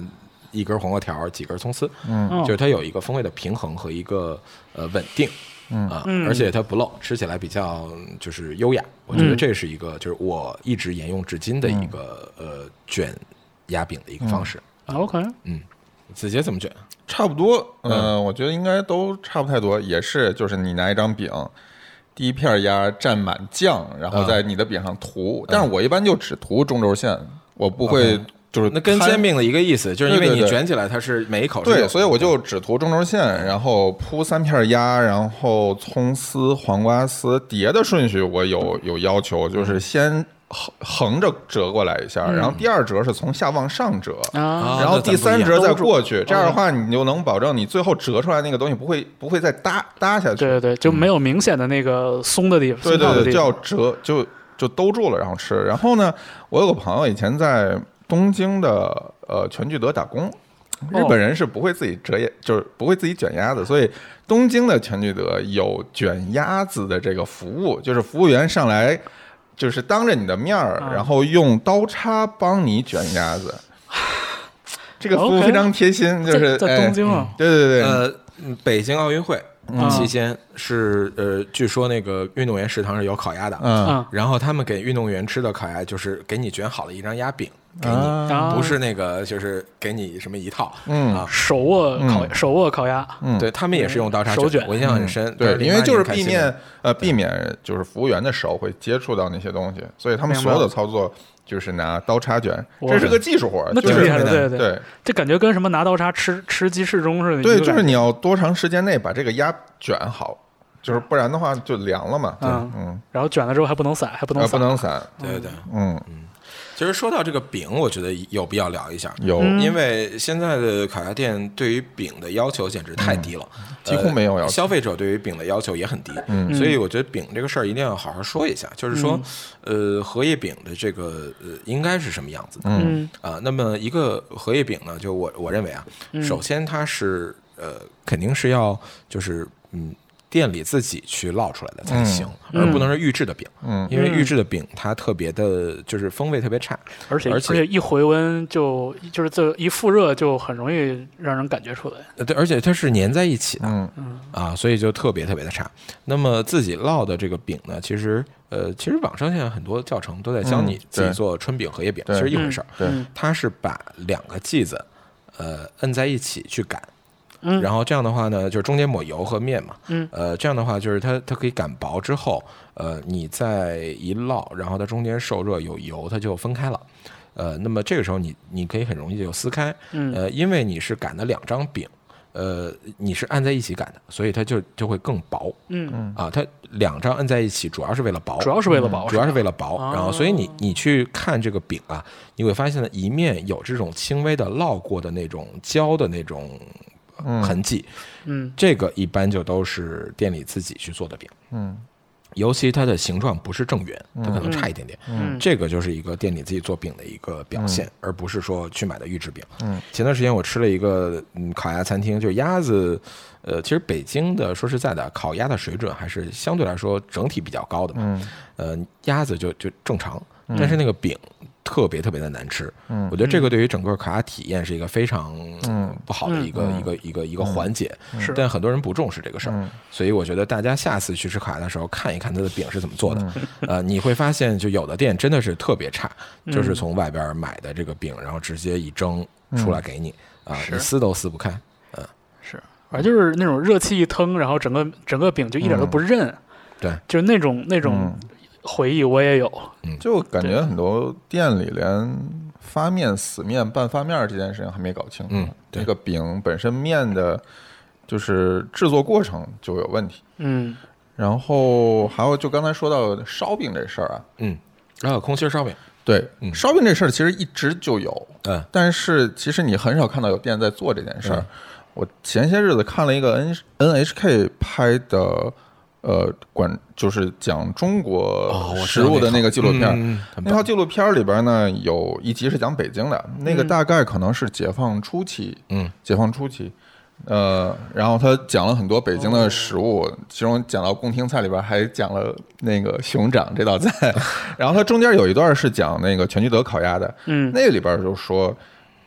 一根黄瓜条，几根葱丝，嗯，就是它有一个风味的平衡和一个呃稳定。嗯啊，而且它不漏，吃起来比较就是优雅。我觉得这是一个，就是我一直沿用至今的一个、嗯、呃卷鸭饼的一个方式。 嗯、OK， 嗯，子杰怎么卷？ 差不多，嗯、呃，我觉得应该都差不太多，也是就是你拿一张饼，第一片鸭蘸满酱，然后在你的饼上涂。嗯、但是我一般就只涂中轴线，我不会。Okay.就是那跟煎饼的一个意思，就是因为你卷起来它是每一口是对，所以我就只涂中轴线，然后铺三片鸭，然后葱丝、黄瓜丝叠的顺序我有有要求，就是先横横着折过来一下，然后第二折是从下往上折，然后第三折再过去，这样的话你就能保证你最后折出来那个东西不会不会再搭搭下去。 对对对，就没有明显的那个松的地方。 对对对，就要折就就兜住了然后吃。然后呢，我有个朋友以前在东京的呃全聚德打工，日本人是不会自己折，就是不会自己卷鸭子，所以东京的全聚德有卷鸭子的这个服务，就是服务员上来就是当着你的面儿，然后用刀叉帮你卷鸭子。这个服务非常贴心，就是在东京啊， 对对对， 呃，北京奥运会期间是呃，据说那个运动员食堂是有烤鸭的，嗯，然后他们给运动员吃的烤鸭就是给你卷好了一张鸭饼。给你、啊、不是那个，就是给你什么一套，嗯啊， 手握烤、嗯、手握烤鸭， 嗯，对他们也是用刀叉手卷， 我印象很深， 嗯、对，因为就是避免呃避免就是服务员的手会接触到那些东西，所以他们所有的操作就是拿刀叉卷，这是个技术活， 那挺厉害的，对对对， 这感觉跟什么拿刀叉吃吃鸡翅中似的， 对，就是你要多长时间内把这个鸭卷好。就是不然的话就凉了嘛， 嗯嗯，然后卷了之后还不能散，还不能散， 不能散， 对对， 嗯嗯。其实说到这个饼，我觉得有必要聊一下， 有， 因为现在的烤鸭店对于饼的要求简直太低了， 嗯、几乎没有要求、呃。 消费者对于饼的要求也很低，嗯，所以我觉得饼这个事儿一定要好好说一下，就是说，嗯、呃，荷叶饼的这个呃应该是什么样子的， 嗯啊、呃，那么一个荷叶饼呢，就我我认为啊， 嗯、 首先它是呃肯定是要就是嗯。店里自己去烙出来的才行， 嗯、 而不能是预制的饼。 嗯， 因为预制的饼它特别的，就是风味特别差， 而且而且一回温就就是这一复热就很容易让人感觉出来。 对，而且它是粘在一起的， 嗯嗯啊，所以就特别特别的差。那么自己烙的这个饼呢，其实呃，其实网上现在很多教程都在教你自己做春饼、荷叶饼，其实一回事儿。 对， 它是把两个剂子呃摁在一起去擀。 嗯， 然后这样的话呢，就是中间抹油和面嘛， 嗯， 呃，这样的话就是它它可以擀薄之后，呃，你再一烙，然后它中间受热有油，它就分开了，呃，那么这个时候你你可以很容易就撕开， 嗯， 呃，因为你是擀的两张饼，呃，你是按在一起擀的，所以它就就会更薄， 嗯啊，它两张摁在一起主要是为了薄， 主要是为了薄， 主要是为了薄， 啊、 然后所以你你去看这个饼啊，你会发现呢，一面有这种轻微的烙过的那种焦的那种。痕迹， 嗯， 这个一般就都是店里自己去做的饼， 嗯， 尤其它的形状不是正圆，它可能差一点点， 嗯， 这个就是一个店里自己做饼的一个表现，嗯、而不是说去买的预制饼。 嗯， 前段时间我吃了一个嗯烤鸭餐厅，就是鸭子，呃，其实北京的说实在的，烤鸭的水准还是相对来说整体比较高的嘛， 嗯， 呃，鸭子就就正常，但是那个饼。特别特别的难吃， 嗯， 我觉得这个对于整个烤鸭体验是一个非常不好的一个、 嗯、 一个一个一个环节， 是， 但很多人不重视这个事儿， 嗯、 所以我觉得大家下次去吃烤鸭的时候看一看它的饼是怎么做的，嗯、呃，你会发现就有的店真的是特别差， 嗯、 就是从外边买的这个饼，然后直接一蒸出来给你，啊、 嗯呃， 你撕都撕不开，嗯、呃， 是，而就是那种热气一腾，然后整个整个饼就一点都不韧， 嗯、对， 就是那种那种。 嗯回忆我也有， 就感觉很多店里连发面死面半发面这件事情还没搞清楚。 嗯， 这个饼本身面的，就是制作过程就有问题。 嗯， 然后还有就刚才说到烧饼这事儿啊， 嗯，然后空心烧饼， 对， 嗯、 烧饼这事儿其实一直就有， 嗯， 但是其实你很少看到有店在做这件事儿。 嗯、 我前些日子看了一个 N N H K 拍的。呃，管就是讲中国食物的那个纪录片， 哦嗯、 那套纪录片里边呢，有一集是讲北京的，那个大概可能是解放初期， 嗯， 解放初期，呃，然后他讲了很多北京的食物，哦、其中讲到宫廷菜里边还讲了那个熊掌这道菜，然后他中间有一段是讲那个全聚德烤鸭的， 嗯， 那个里边就说，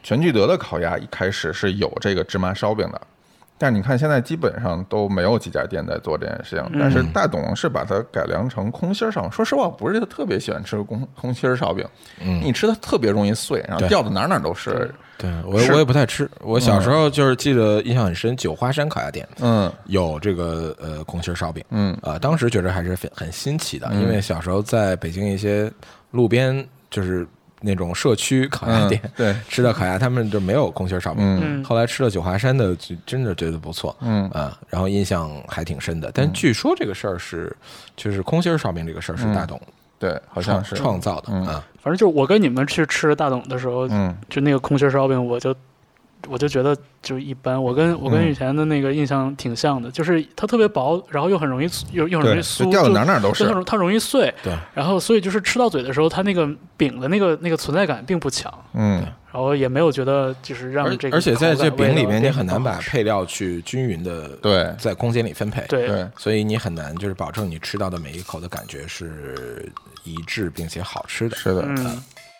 全聚德的烤鸭一开始是有这个芝麻烧饼的。但是你看，现在基本上都没有几家店在做这件事情。但是大董是把它改良成空心烧饼。说实话，我不是特别喜欢吃空空心烧饼，嗯，你吃它特别容易碎，然后掉的哪哪都是。 对我我也不太吃。我小时候就是记得印象很深，九华山烤鸭店，嗯，有这个呃空心烧饼，嗯啊、呃，当时觉得还是很很新奇的，因为小时候在北京一些路边就是。那种社区烤鸭店， 嗯、对， 吃的烤鸭他们就没有空心烧饼。嗯，后来吃了九华山的，就真的觉得不错。嗯啊，然后印象还挺深的。但据说这个事儿是，就是空心烧饼这个事儿是大董、嗯、 对，好像是创造的、嗯、啊。 反正就是我跟你们去吃大董的时候，嗯，就那个空心烧饼，我就我就觉得就一般。我跟我跟以前的那个印象挺像的，嗯、就是它特别薄，然后又很容易又又很容易酥， 掉的哪哪都是， 它容易碎。 对， 然后所以就是吃到嘴的时候，它那个饼的那个那个存在感并不强。嗯，然后也没有觉得就是让这个， 而且在这饼里面你很难把配料去均匀的对在空间里分配。 对， 所以你很难就是保证你吃到的每一口的感觉是一致并且好吃的。 是的。 嗯。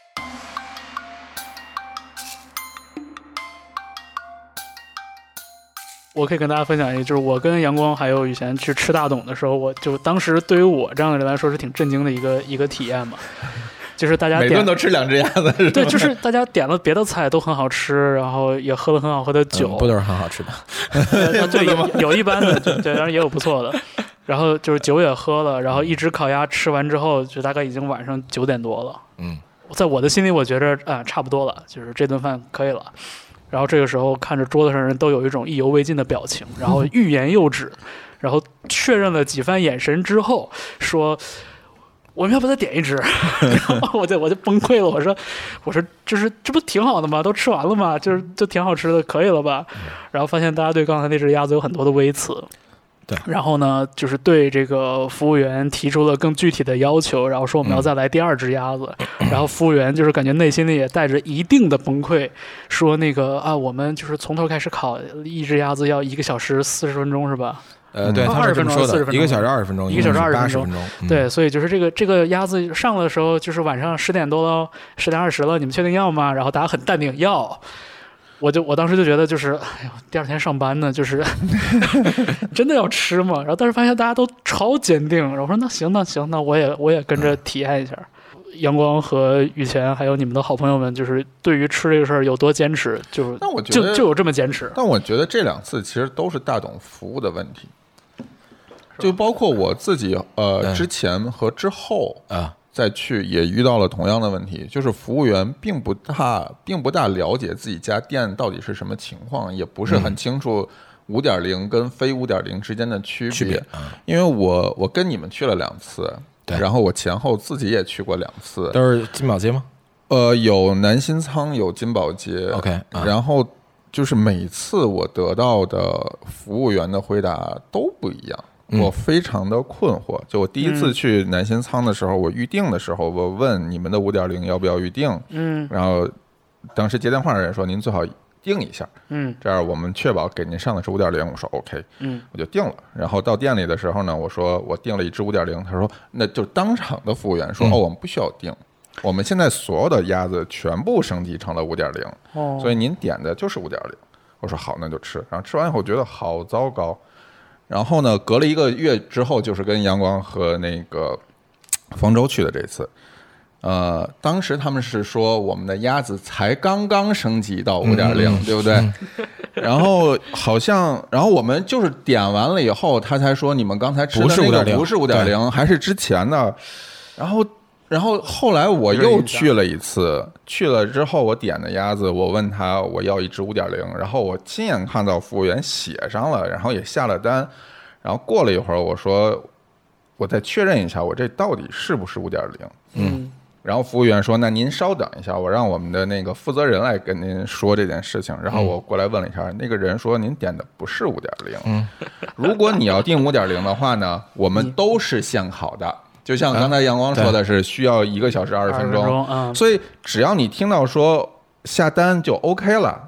我可以跟大家分享一个，就是我跟阳光还有以前去吃大董的时候，我就当时对于我这样的人来说是挺震惊的一个一个体验嘛，就是大家点每顿都吃两只鸭子是吧？ 对，就是大家点了别的菜都很好吃，然后也喝了很好喝的酒， 嗯、不都是很好吃的？ 对，有有一般的，对，当然也有不错的。然后就是酒也喝了，然后一只烤鸭吃完之后，就大概已经晚上九点多了。嗯，在我的心里，我觉着啊、呃，差不多了，就是这顿饭可以了。然后这个时候看着桌子上人都有一种意犹未尽的表情，然后欲言又止，然后确认了几番眼神之后说：“我们要不再点一只？”然后我就我就崩溃了，我说：“我说就是这不挺好的吗？都吃完了吗？就是就挺好吃的，可以了吧？”然后发现大家对刚才那只鸭子有很多的微词。 对， 然后呢，就是对这个服务员提出了更具体的要求，然后说我们要再来第二只鸭子，嗯、然后服务员就是感觉内心里也带着一定的崩溃，说那个啊，我们就是从头开始烤一只鸭子要一个小时四十分钟是吧？ 呃，对， 二十分钟、四十分钟， 一个小时二十分钟， 一个小时二十分钟， 嗯、 对，所以就是这个这个鸭子上的时候就是晚上十点多了，十点二十了，你们确定要吗？然后大家很淡定要。我就我当时就觉得就是，哎呦，第二天上班呢，就是真的要吃嘛。然后但是发现大家都超坚定，然后我说那行那行，那我也我也跟着体验一下。阳光和雨前还有你们的好朋友们，就是对于吃这个事儿有多坚持，就是那我觉得就就有这么坚持。 但我觉得这两次其实都是大董服务的问题，就包括我自己呃之前和之后啊。再去也遇到了同样的问题，就是服务员并不大并不大了解自己家店到底是什么情况，也不是很清楚五点零跟非五点零之间的区别。 区别嗯、 因为我我跟你们去了两次，对，然后我前后自己也去过两次， 都是金宝街吗？ 呃，有南新仓，有金宝街。 OK，、啊、 然后就是每次我得到的服务员的回答都不一样。我非常的困惑，就我第一次去南新仓的时候，我预定的时候，我问你们的五点零要不要预定，嗯，然后当时接电话的人说您最好定一下，嗯，这样我们确保给您上的是五点零。我说 OK， 嗯，我就定了。然后到店里的时候呢，我说我定了一只五点零，他说那就当场的服务员说、嗯、哦，我们不需要定，我们现在所有的鸭子全部升级成了五点零，哦，所以您点的就是五点零。我说好，那就吃。然后吃完以后觉得好糟糕。然后呢，隔了一个月之后，就是跟阳光和那个方舟去的这次，呃，当时他们是说我们的鸭子才刚刚升级到五点零，对不对？嗯、然后好像，然后我们就是点完了以后，他才说你们刚才吃的那个不是五点零，还是之前的。然后，然后后来我又去了一次，去了之后我点的鸭子，我问他我要一只五点零，然后我亲眼看到服务员写上了，然后也下了单。然后过了一会儿，我说我再确认一下，我这到底是不是五点零？嗯，然后服务员说：“那您稍等一下，我让我们的那个负责人来跟您说这件事情。”然后我过来问了一下，那个人说：“您点的不是五点零。嗯，如果你要订五点零的话呢，我们都是现烤的。”就像刚才阳光说的是，需要一个小时二十分钟，所以只要你听到说下单就 OK 了。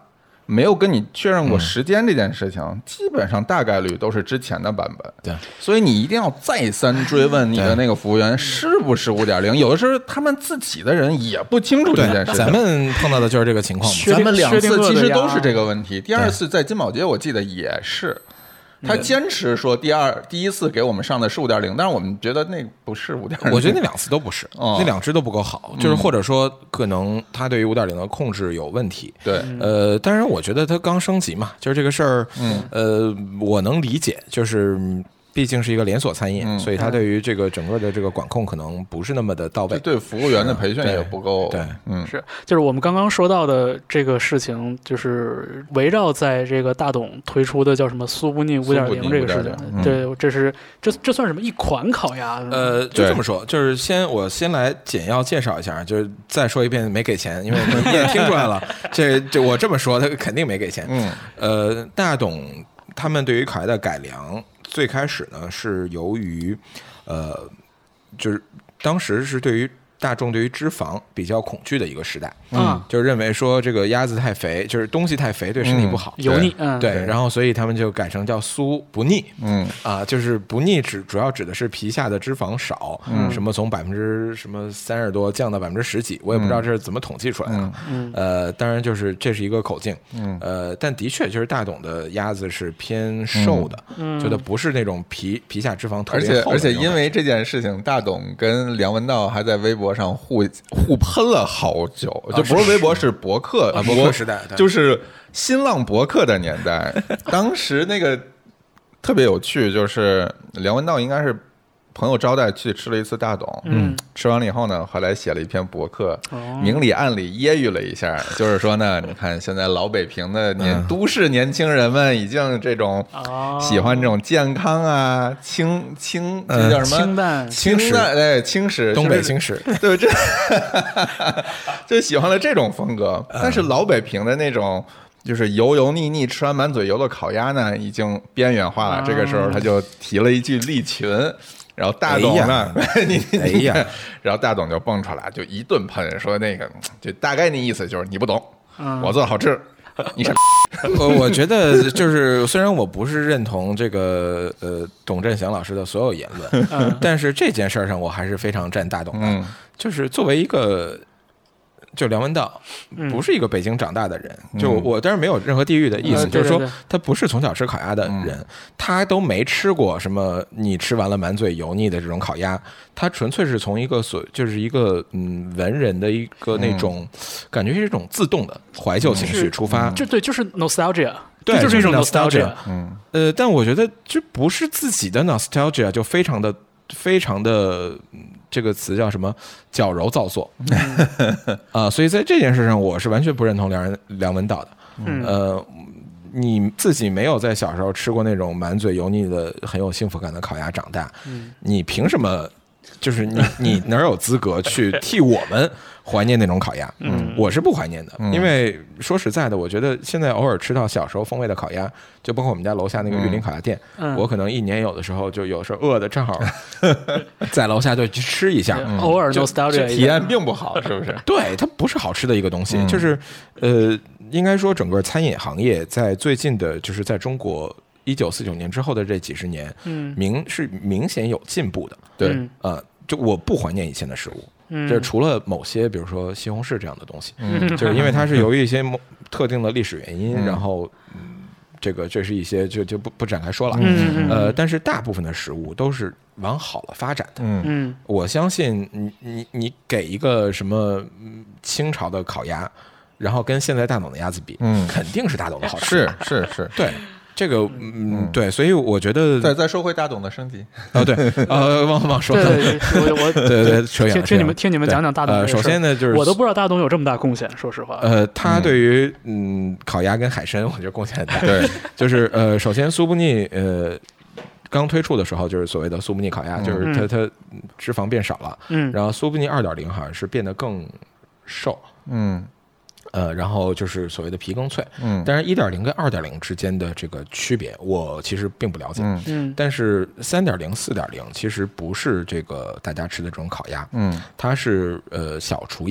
没有跟你确认过时间这件事情，嗯、基本上大概率都是之前的版本。 对， 所以你一定要再三追问你的那个服务员是不是五点零。有的时候他们自己的人也不清楚这件事情。 咱们碰到的就是这个情况嘛。 咱们两次其实都是这个问题。第二次在金宝街，我记得也是。他坚持说第二第一次给我们上的是五点零，但是我们觉得那不是五点零。 我觉得那两次都不是，哦、那两只都不够好，就是或者说可能他对于五点零的控制有问题。 对， 呃，当然我觉得他刚升级嘛，就是这个事儿，嗯，呃，我能理解，就是。毕竟是一个连锁餐饮，嗯、所以它对于这个整个的这个管控可能不是那么的到位， 对服务员的培训也不够。 对， 嗯， 是，就是我们刚刚说到的这个事情，就是围绕在这个大董推出的叫什么苏布尼五点零这个事情。 嗯、 对，这是这这算什么一款烤鸭？ 呃，就这么说，就是先我先来简要介绍一下，就是再说一遍没给钱，因为你也听出来了，这这我这么说，他肯定没给钱。 嗯， 呃，大董他们对于烤鸭的改良。最开始呢，是由于，呃，就是当时是对于大众对于脂肪比较恐惧的一个时代， 嗯， 就认为说这个鸭子太肥，就是东西太肥对身体不好， 嗯、油腻，嗯， 对，然后所以他们就改成叫酥不腻， 嗯啊，就是不腻指主要指的是皮下的脂肪少， 嗯， 什么从百分之什么三十多降到百分之十几，我也不知道这是怎么统计出来的， 嗯， 呃，当然就是这是一个口径， 嗯， 呃，但的确就是大董的鸭子是偏瘦的， 嗯， 就它不是那种皮皮下脂肪特别厚的， 而且而且因为这件事情，大董跟梁文道还在微博上互。互喷了好久，就不是微博，是博客啊，博客时代， 就是新浪博客的年代。当时那个特别有趣，就是梁文道应该是朋友招待去吃了一次大董， 嗯， 吃完了以后呢，后来写了一篇博客，哦、明里暗里揶揄了一下，就是说呢，你看现在老北平的年、嗯、都市年轻人们已经这种喜欢这种健康啊，清清这叫什么清淡清食，哎，轻食， 东北轻食， 对，这就喜欢了这种风格，但是老北平的那种。就是油油腻腻，吃完满嘴油的烤鸭呢，已经边缘化了。啊、这个时候他就提了一句利群，然后大董呢， 哎、 你哎呀， 然后大董就蹦出来，就一顿喷，说那个就大概那意思就是你不懂， 嗯、 我做的好吃，你是。 我我觉得就是虽然我不是认同这个呃董振祥老师的所有言论， 嗯、 但是这件事上我还是非常站大董的， 嗯、 就是作为一个。就梁文道不是一个北京长大的人， 嗯、 就我当然没有任何地域的意思， 嗯、 就是说对对对他不是从小吃烤鸭的人，嗯、他都没吃过什么你吃完了满嘴油腻的这种烤鸭，他纯粹是从一个所就是一个嗯文人的一个那种、嗯、感觉是一种自动的怀旧情绪出发， 这、嗯、对就是 nostalgia， 对， 就是一种 nostalgia， 嗯呃，但我觉得这不是自己的 nostalgia 就非常的非常的。这个词叫什么？矫揉造作啊！所以在这件事上，我是完全不认同梁人梁文道的。 嗯、 呃，你自己没有在小时候吃过那种满嘴油腻的、很有幸福感的烤鸭长大， 嗯、 你凭什么？就是你你哪有资格去替我们怀念那种烤鸭？ 嗯， 我是不怀念的， 嗯、 因为说实在的，我觉得现在偶尔吃到小时候风味的烤鸭，就包括我们家楼下那个玉林烤鸭店， 嗯、 我可能一年有的时候就有时候饿的正好在楼下就去吃一下， 嗯、偶尔 nostalgia 体验并不好，是不是？ 对，它不是好吃的一个东西，嗯、就是呃，应该说整个餐饮行业在最近的，就是在中国。一九四九年之后的这几十年， 嗯， 明是明显有进步的， 对， 嗯、 呃，就我不怀念以前的食物， 嗯， 就是除了某些，比如说西红柿这样的东西， 嗯， 就是因为它是由于一些特定的历史原因， 嗯、 然后，嗯，这个这是一些就就不不展开说了， 嗯， 呃，但是大部分的食物都是往好了发展的， 嗯嗯， 我相信你你你给一个什么清朝的烤鸭，然后跟现在大董的鸭子比， 嗯， 肯定是大董的好吃， 是是是， 对。这个嗯对，所以我觉得再再说回大董的升级哦对呃忘忘说了， 对对我我对对扯远了， 听你们听你们讲讲大董。 呃，首先呢就是我都不知道大董有这么大贡献，说实话。 呃，他对于嗯烤鸭跟海参，我觉得贡献很大。 对， 就是呃，首先苏布尼呃刚推出的时候，就是所谓的苏布尼烤鸭，就是它它脂肪变少了， 嗯， 然后苏布尼二点零好像是变得更瘦， 嗯。 呃，然后就是所谓的皮更脆， 嗯， 但是一点零跟二点零之间的这个区别，我其实并不了解， 嗯嗯， 但是三点零、四点零其实不是这个大家吃的这种烤鸭， 嗯， 它是呃小雏鸭，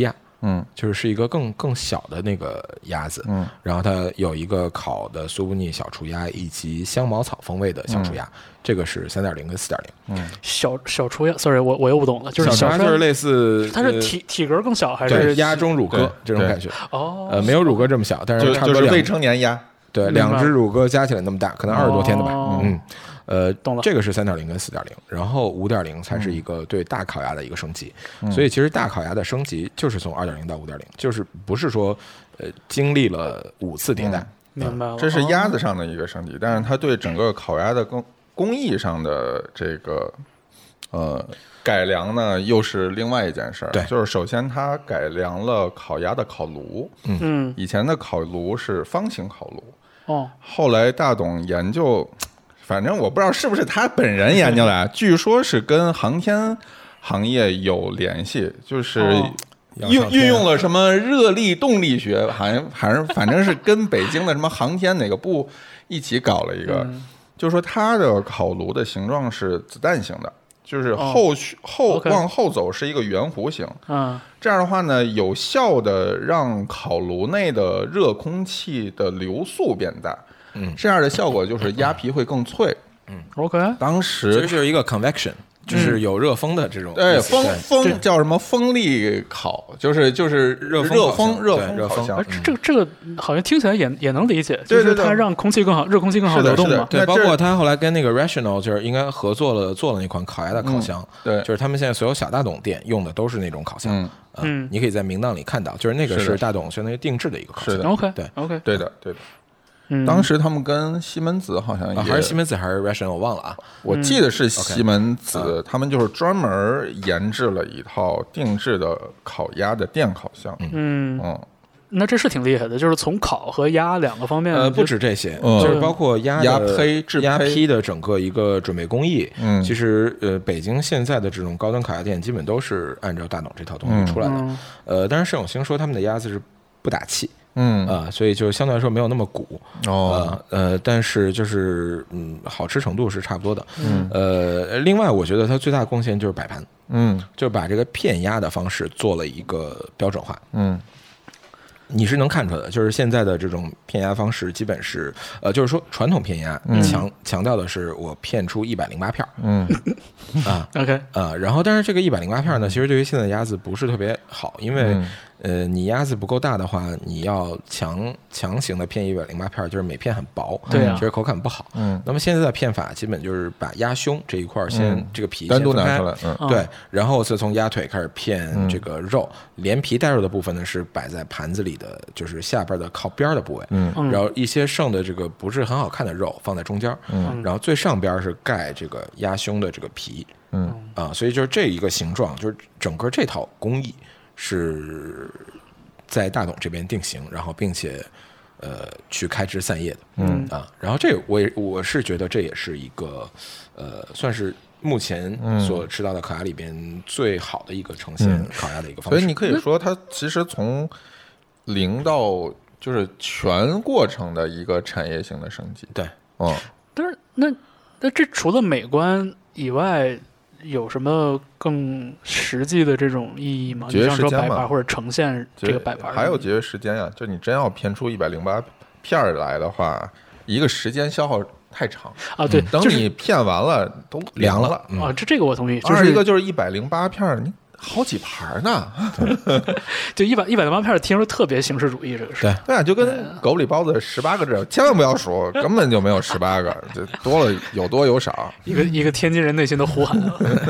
嗯，就是是一个更更小的那个鸭子，嗯，然后它有一个烤的苏布尼小雏鸭以及香茅草风味的小雏鸭，嗯、这个是三点零跟四点零。嗯， 小小雏鸭 ，sorry， 我我又不懂了，就是小雏鸭就是类似， 它是体、呃、体格更小还是鸭中乳鸽这种感觉？ 哦， 呃，没有乳鸽这么小，但是差不多就是未成年鸭， 对，两只乳鸽加起来那么大，可能二十多天的吧， 哦、 嗯。呃， 懂了。 这个是三点零跟四点零，然后五点零才是一个对大烤鸭的一个升级。嗯、所以其实大烤鸭的升级就是从二点零到五点零，就是不是说呃经历了五次迭代。嗯、 明白了， 这是鸭子上的一个升级，但是它对整个烤鸭的工工艺上的这个呃改良呢，又是另外一件事儿。 对， 就是首先它改良了烤鸭的烤炉。 嗯， 以前的烤炉是方形烤炉。 哦， 后来大董研究。反正我不知道是不是他本人研究的，据说是跟航天行业有联系，就是运、哦、运用了什么热力动力学，好像好像反正是跟北京的什么航天哪个部一起搞了一个，嗯、就是说它的烤炉的形状是子弹形的，就是后、哦、后往后走是一个圆弧形， 嗯， 这样的话呢，有效的让烤炉内的热空气的流速变大。嗯，这样的效果就是鸭皮会更脆。 嗯 ，OK。 当时其实就是一个 convection， 就是有热风的这种。 对，风风叫什么风力烤，就是就是热热风热风烤箱。 这个这个好像听起来也也能理解，就是它让空气更好，热空气更好流动嘛。 对，包括他后来跟那个 Rational 就是应该合作了，做了那款烤鸭的烤箱。 对， 就是他们现在所有小大董店用的都是那种烤箱。嗯，你可以在明档里看到，就是那个是大董相当于定制的一个烤箱。 OK， 对 ，OK， 对的，对的。 嗯、 当时他们跟西门子好像也、 啊、还是西门子还是 Rational 我忘了啊， 我记得是西门子， 嗯 okay、他们就是专门研制了一套定制的烤鸭的电烤箱。 嗯嗯，那这是挺厉害的，就是从烤和鸭两个方面。 呃，不止这些， 嗯、 就是包括鸭鸭胚、 鸭坯的整个一个准备工艺。 嗯， 其实呃，北京现在的这种高端烤鸭店基本都是按照大董这套东西出来的。 嗯、 呃，当然盛永兴说他们的鸭子是不打气。 嗯啊、呃，所以就相对来说没有那么鼓哦， 呃呃，但是就是嗯，好吃程度是差不多的。 嗯， 呃，另外我觉得它最大的贡献就是摆盘， 嗯， 就把这个片鸭的方式做了一个标准化。 嗯， 你是能看出来的，就是现在的这种片鸭方式基本是呃，就是说传统片鸭强、嗯、强调的是我片出一百零八片， 嗯啊 ，OK 啊，然后但是这个一百零八片呢，其实对于现在鸭子不是特别好，因为。 嗯呃，你鸭子不够大的话，你要强强行的片一百零八片，就是每片很薄， 对啊， 其实口感不好。 嗯， 那么现在的片法基本就是把鸭胸这一块先、嗯、这个皮单独拿出来， 嗯，对，然后是从鸭腿开始片这个肉，嗯、连皮带肉的部分呢是摆在盘子里的，就是下边的靠边的部位， 嗯， 然后一些剩的这个不是很好看的肉放在中间， 嗯， 然后最上边是盖这个鸭胸的这个皮， 嗯啊，所以就是这一个形状，就是整个这套工艺是。在大董这边定型，然后并且呃去开枝散叶的， 嗯啊，然后这我也我是觉得这也是一个呃算是目前所吃到的烤鸭里边最好的一个呈现烤鸭的一个方式。 所以你可以说它其实从零到就是全过程的一个产业性的升级。 对， 嗯， 但是那那这除了美观以外。有什么更实际的这种意义吗？ 节约时间嘛， 你像说摆盘或者呈现这个摆盘， 还有节约时间呀、啊。就你真要片出一百零八片来的话，一个时间消耗太长啊。对， 嗯、等你片完了、就是、都凉了、 嗯、 啊。这这个我同意。 二、就是一个就是一百零八片，你好几盘呢。 就一百一百零八片，听说特别形式主义，这个是。 对对啊，就跟狗里包子十八个字，千万不要数，根本就没有十八个，就多了有多有少。 一个一个天津人内心的呼喊。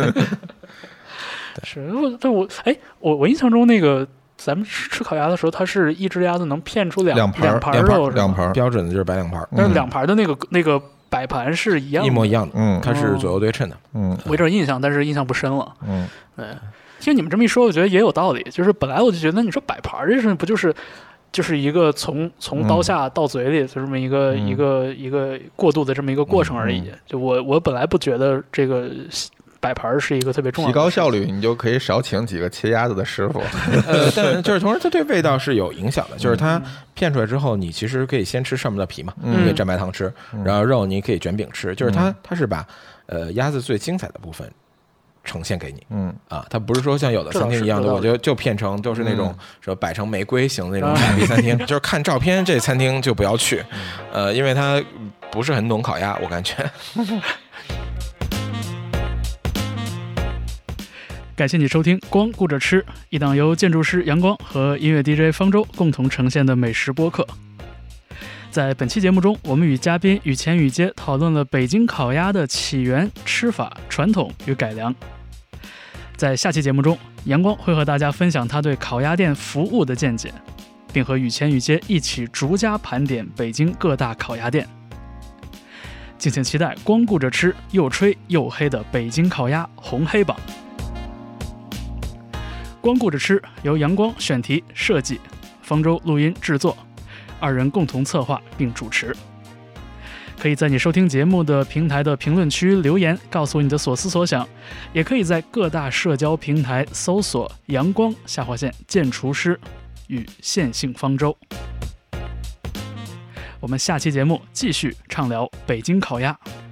是，但我哎，我我印象中那个咱们吃烤鸭的时候，它是一只鸭子能片出两两盘两盘肉， 两盘标准的就是摆两盘， 但是两盘的那个那个摆盘是一样的， 一模一样的， 嗯， 它是左右对称的， 嗯， 我有点印象，但是印象不深了， 嗯， 对。听你们这么一说，我觉得也有道理。就是本来我就觉得，你说摆盘这事不就是就是一个从从刀下到嘴里就这么一个、嗯、一个一个过渡的这么一个过程而已。嗯、就我我本来不觉得这个摆盘是一个特别重要的。 提高效率，你就可以少请几个切鸭子的师傅。 呃，但就是同时它对味道是有影响的，就是它片出来之后，你其实可以先吃上面的皮嘛， 嗯、 你可以蘸白糖吃，然后肉你可以卷饼吃，就是它它是把呃鸭子最精彩的部分。 呈现给你。 嗯啊，它不是说像有的餐厅一样的，我就就片成都是那种说摆成玫瑰型的那种假币餐厅，就是看照片这餐厅就不要去，呃，因为它不是很懂烤鸭，我感觉。 感谢你收听光顾着吃，一档由建筑师阳光和音乐 D J 方舟共同呈现的美食播客。在本期节目中，我们与嘉宾雨前雨街讨论了北京烤鸭的起源、吃法、传统与改良。在下期节目中，阳光会和大家分享他对烤鸭店服务的见解，并和雨前雨街一起逐家盘点北京各大烤鸭店。敬请期待光顾着吃又吹又黑的北京烤鸭红黑榜。光顾着吃由阳光选题设计，方舟录音制作，二人共同策划并主持。可以在你收听节目的平台的评论区留言，告诉你的所思所想，也可以在各大社交平台搜索阳光下划线建厨师与线性方舟。我们下期节目继续畅聊北京烤鸭。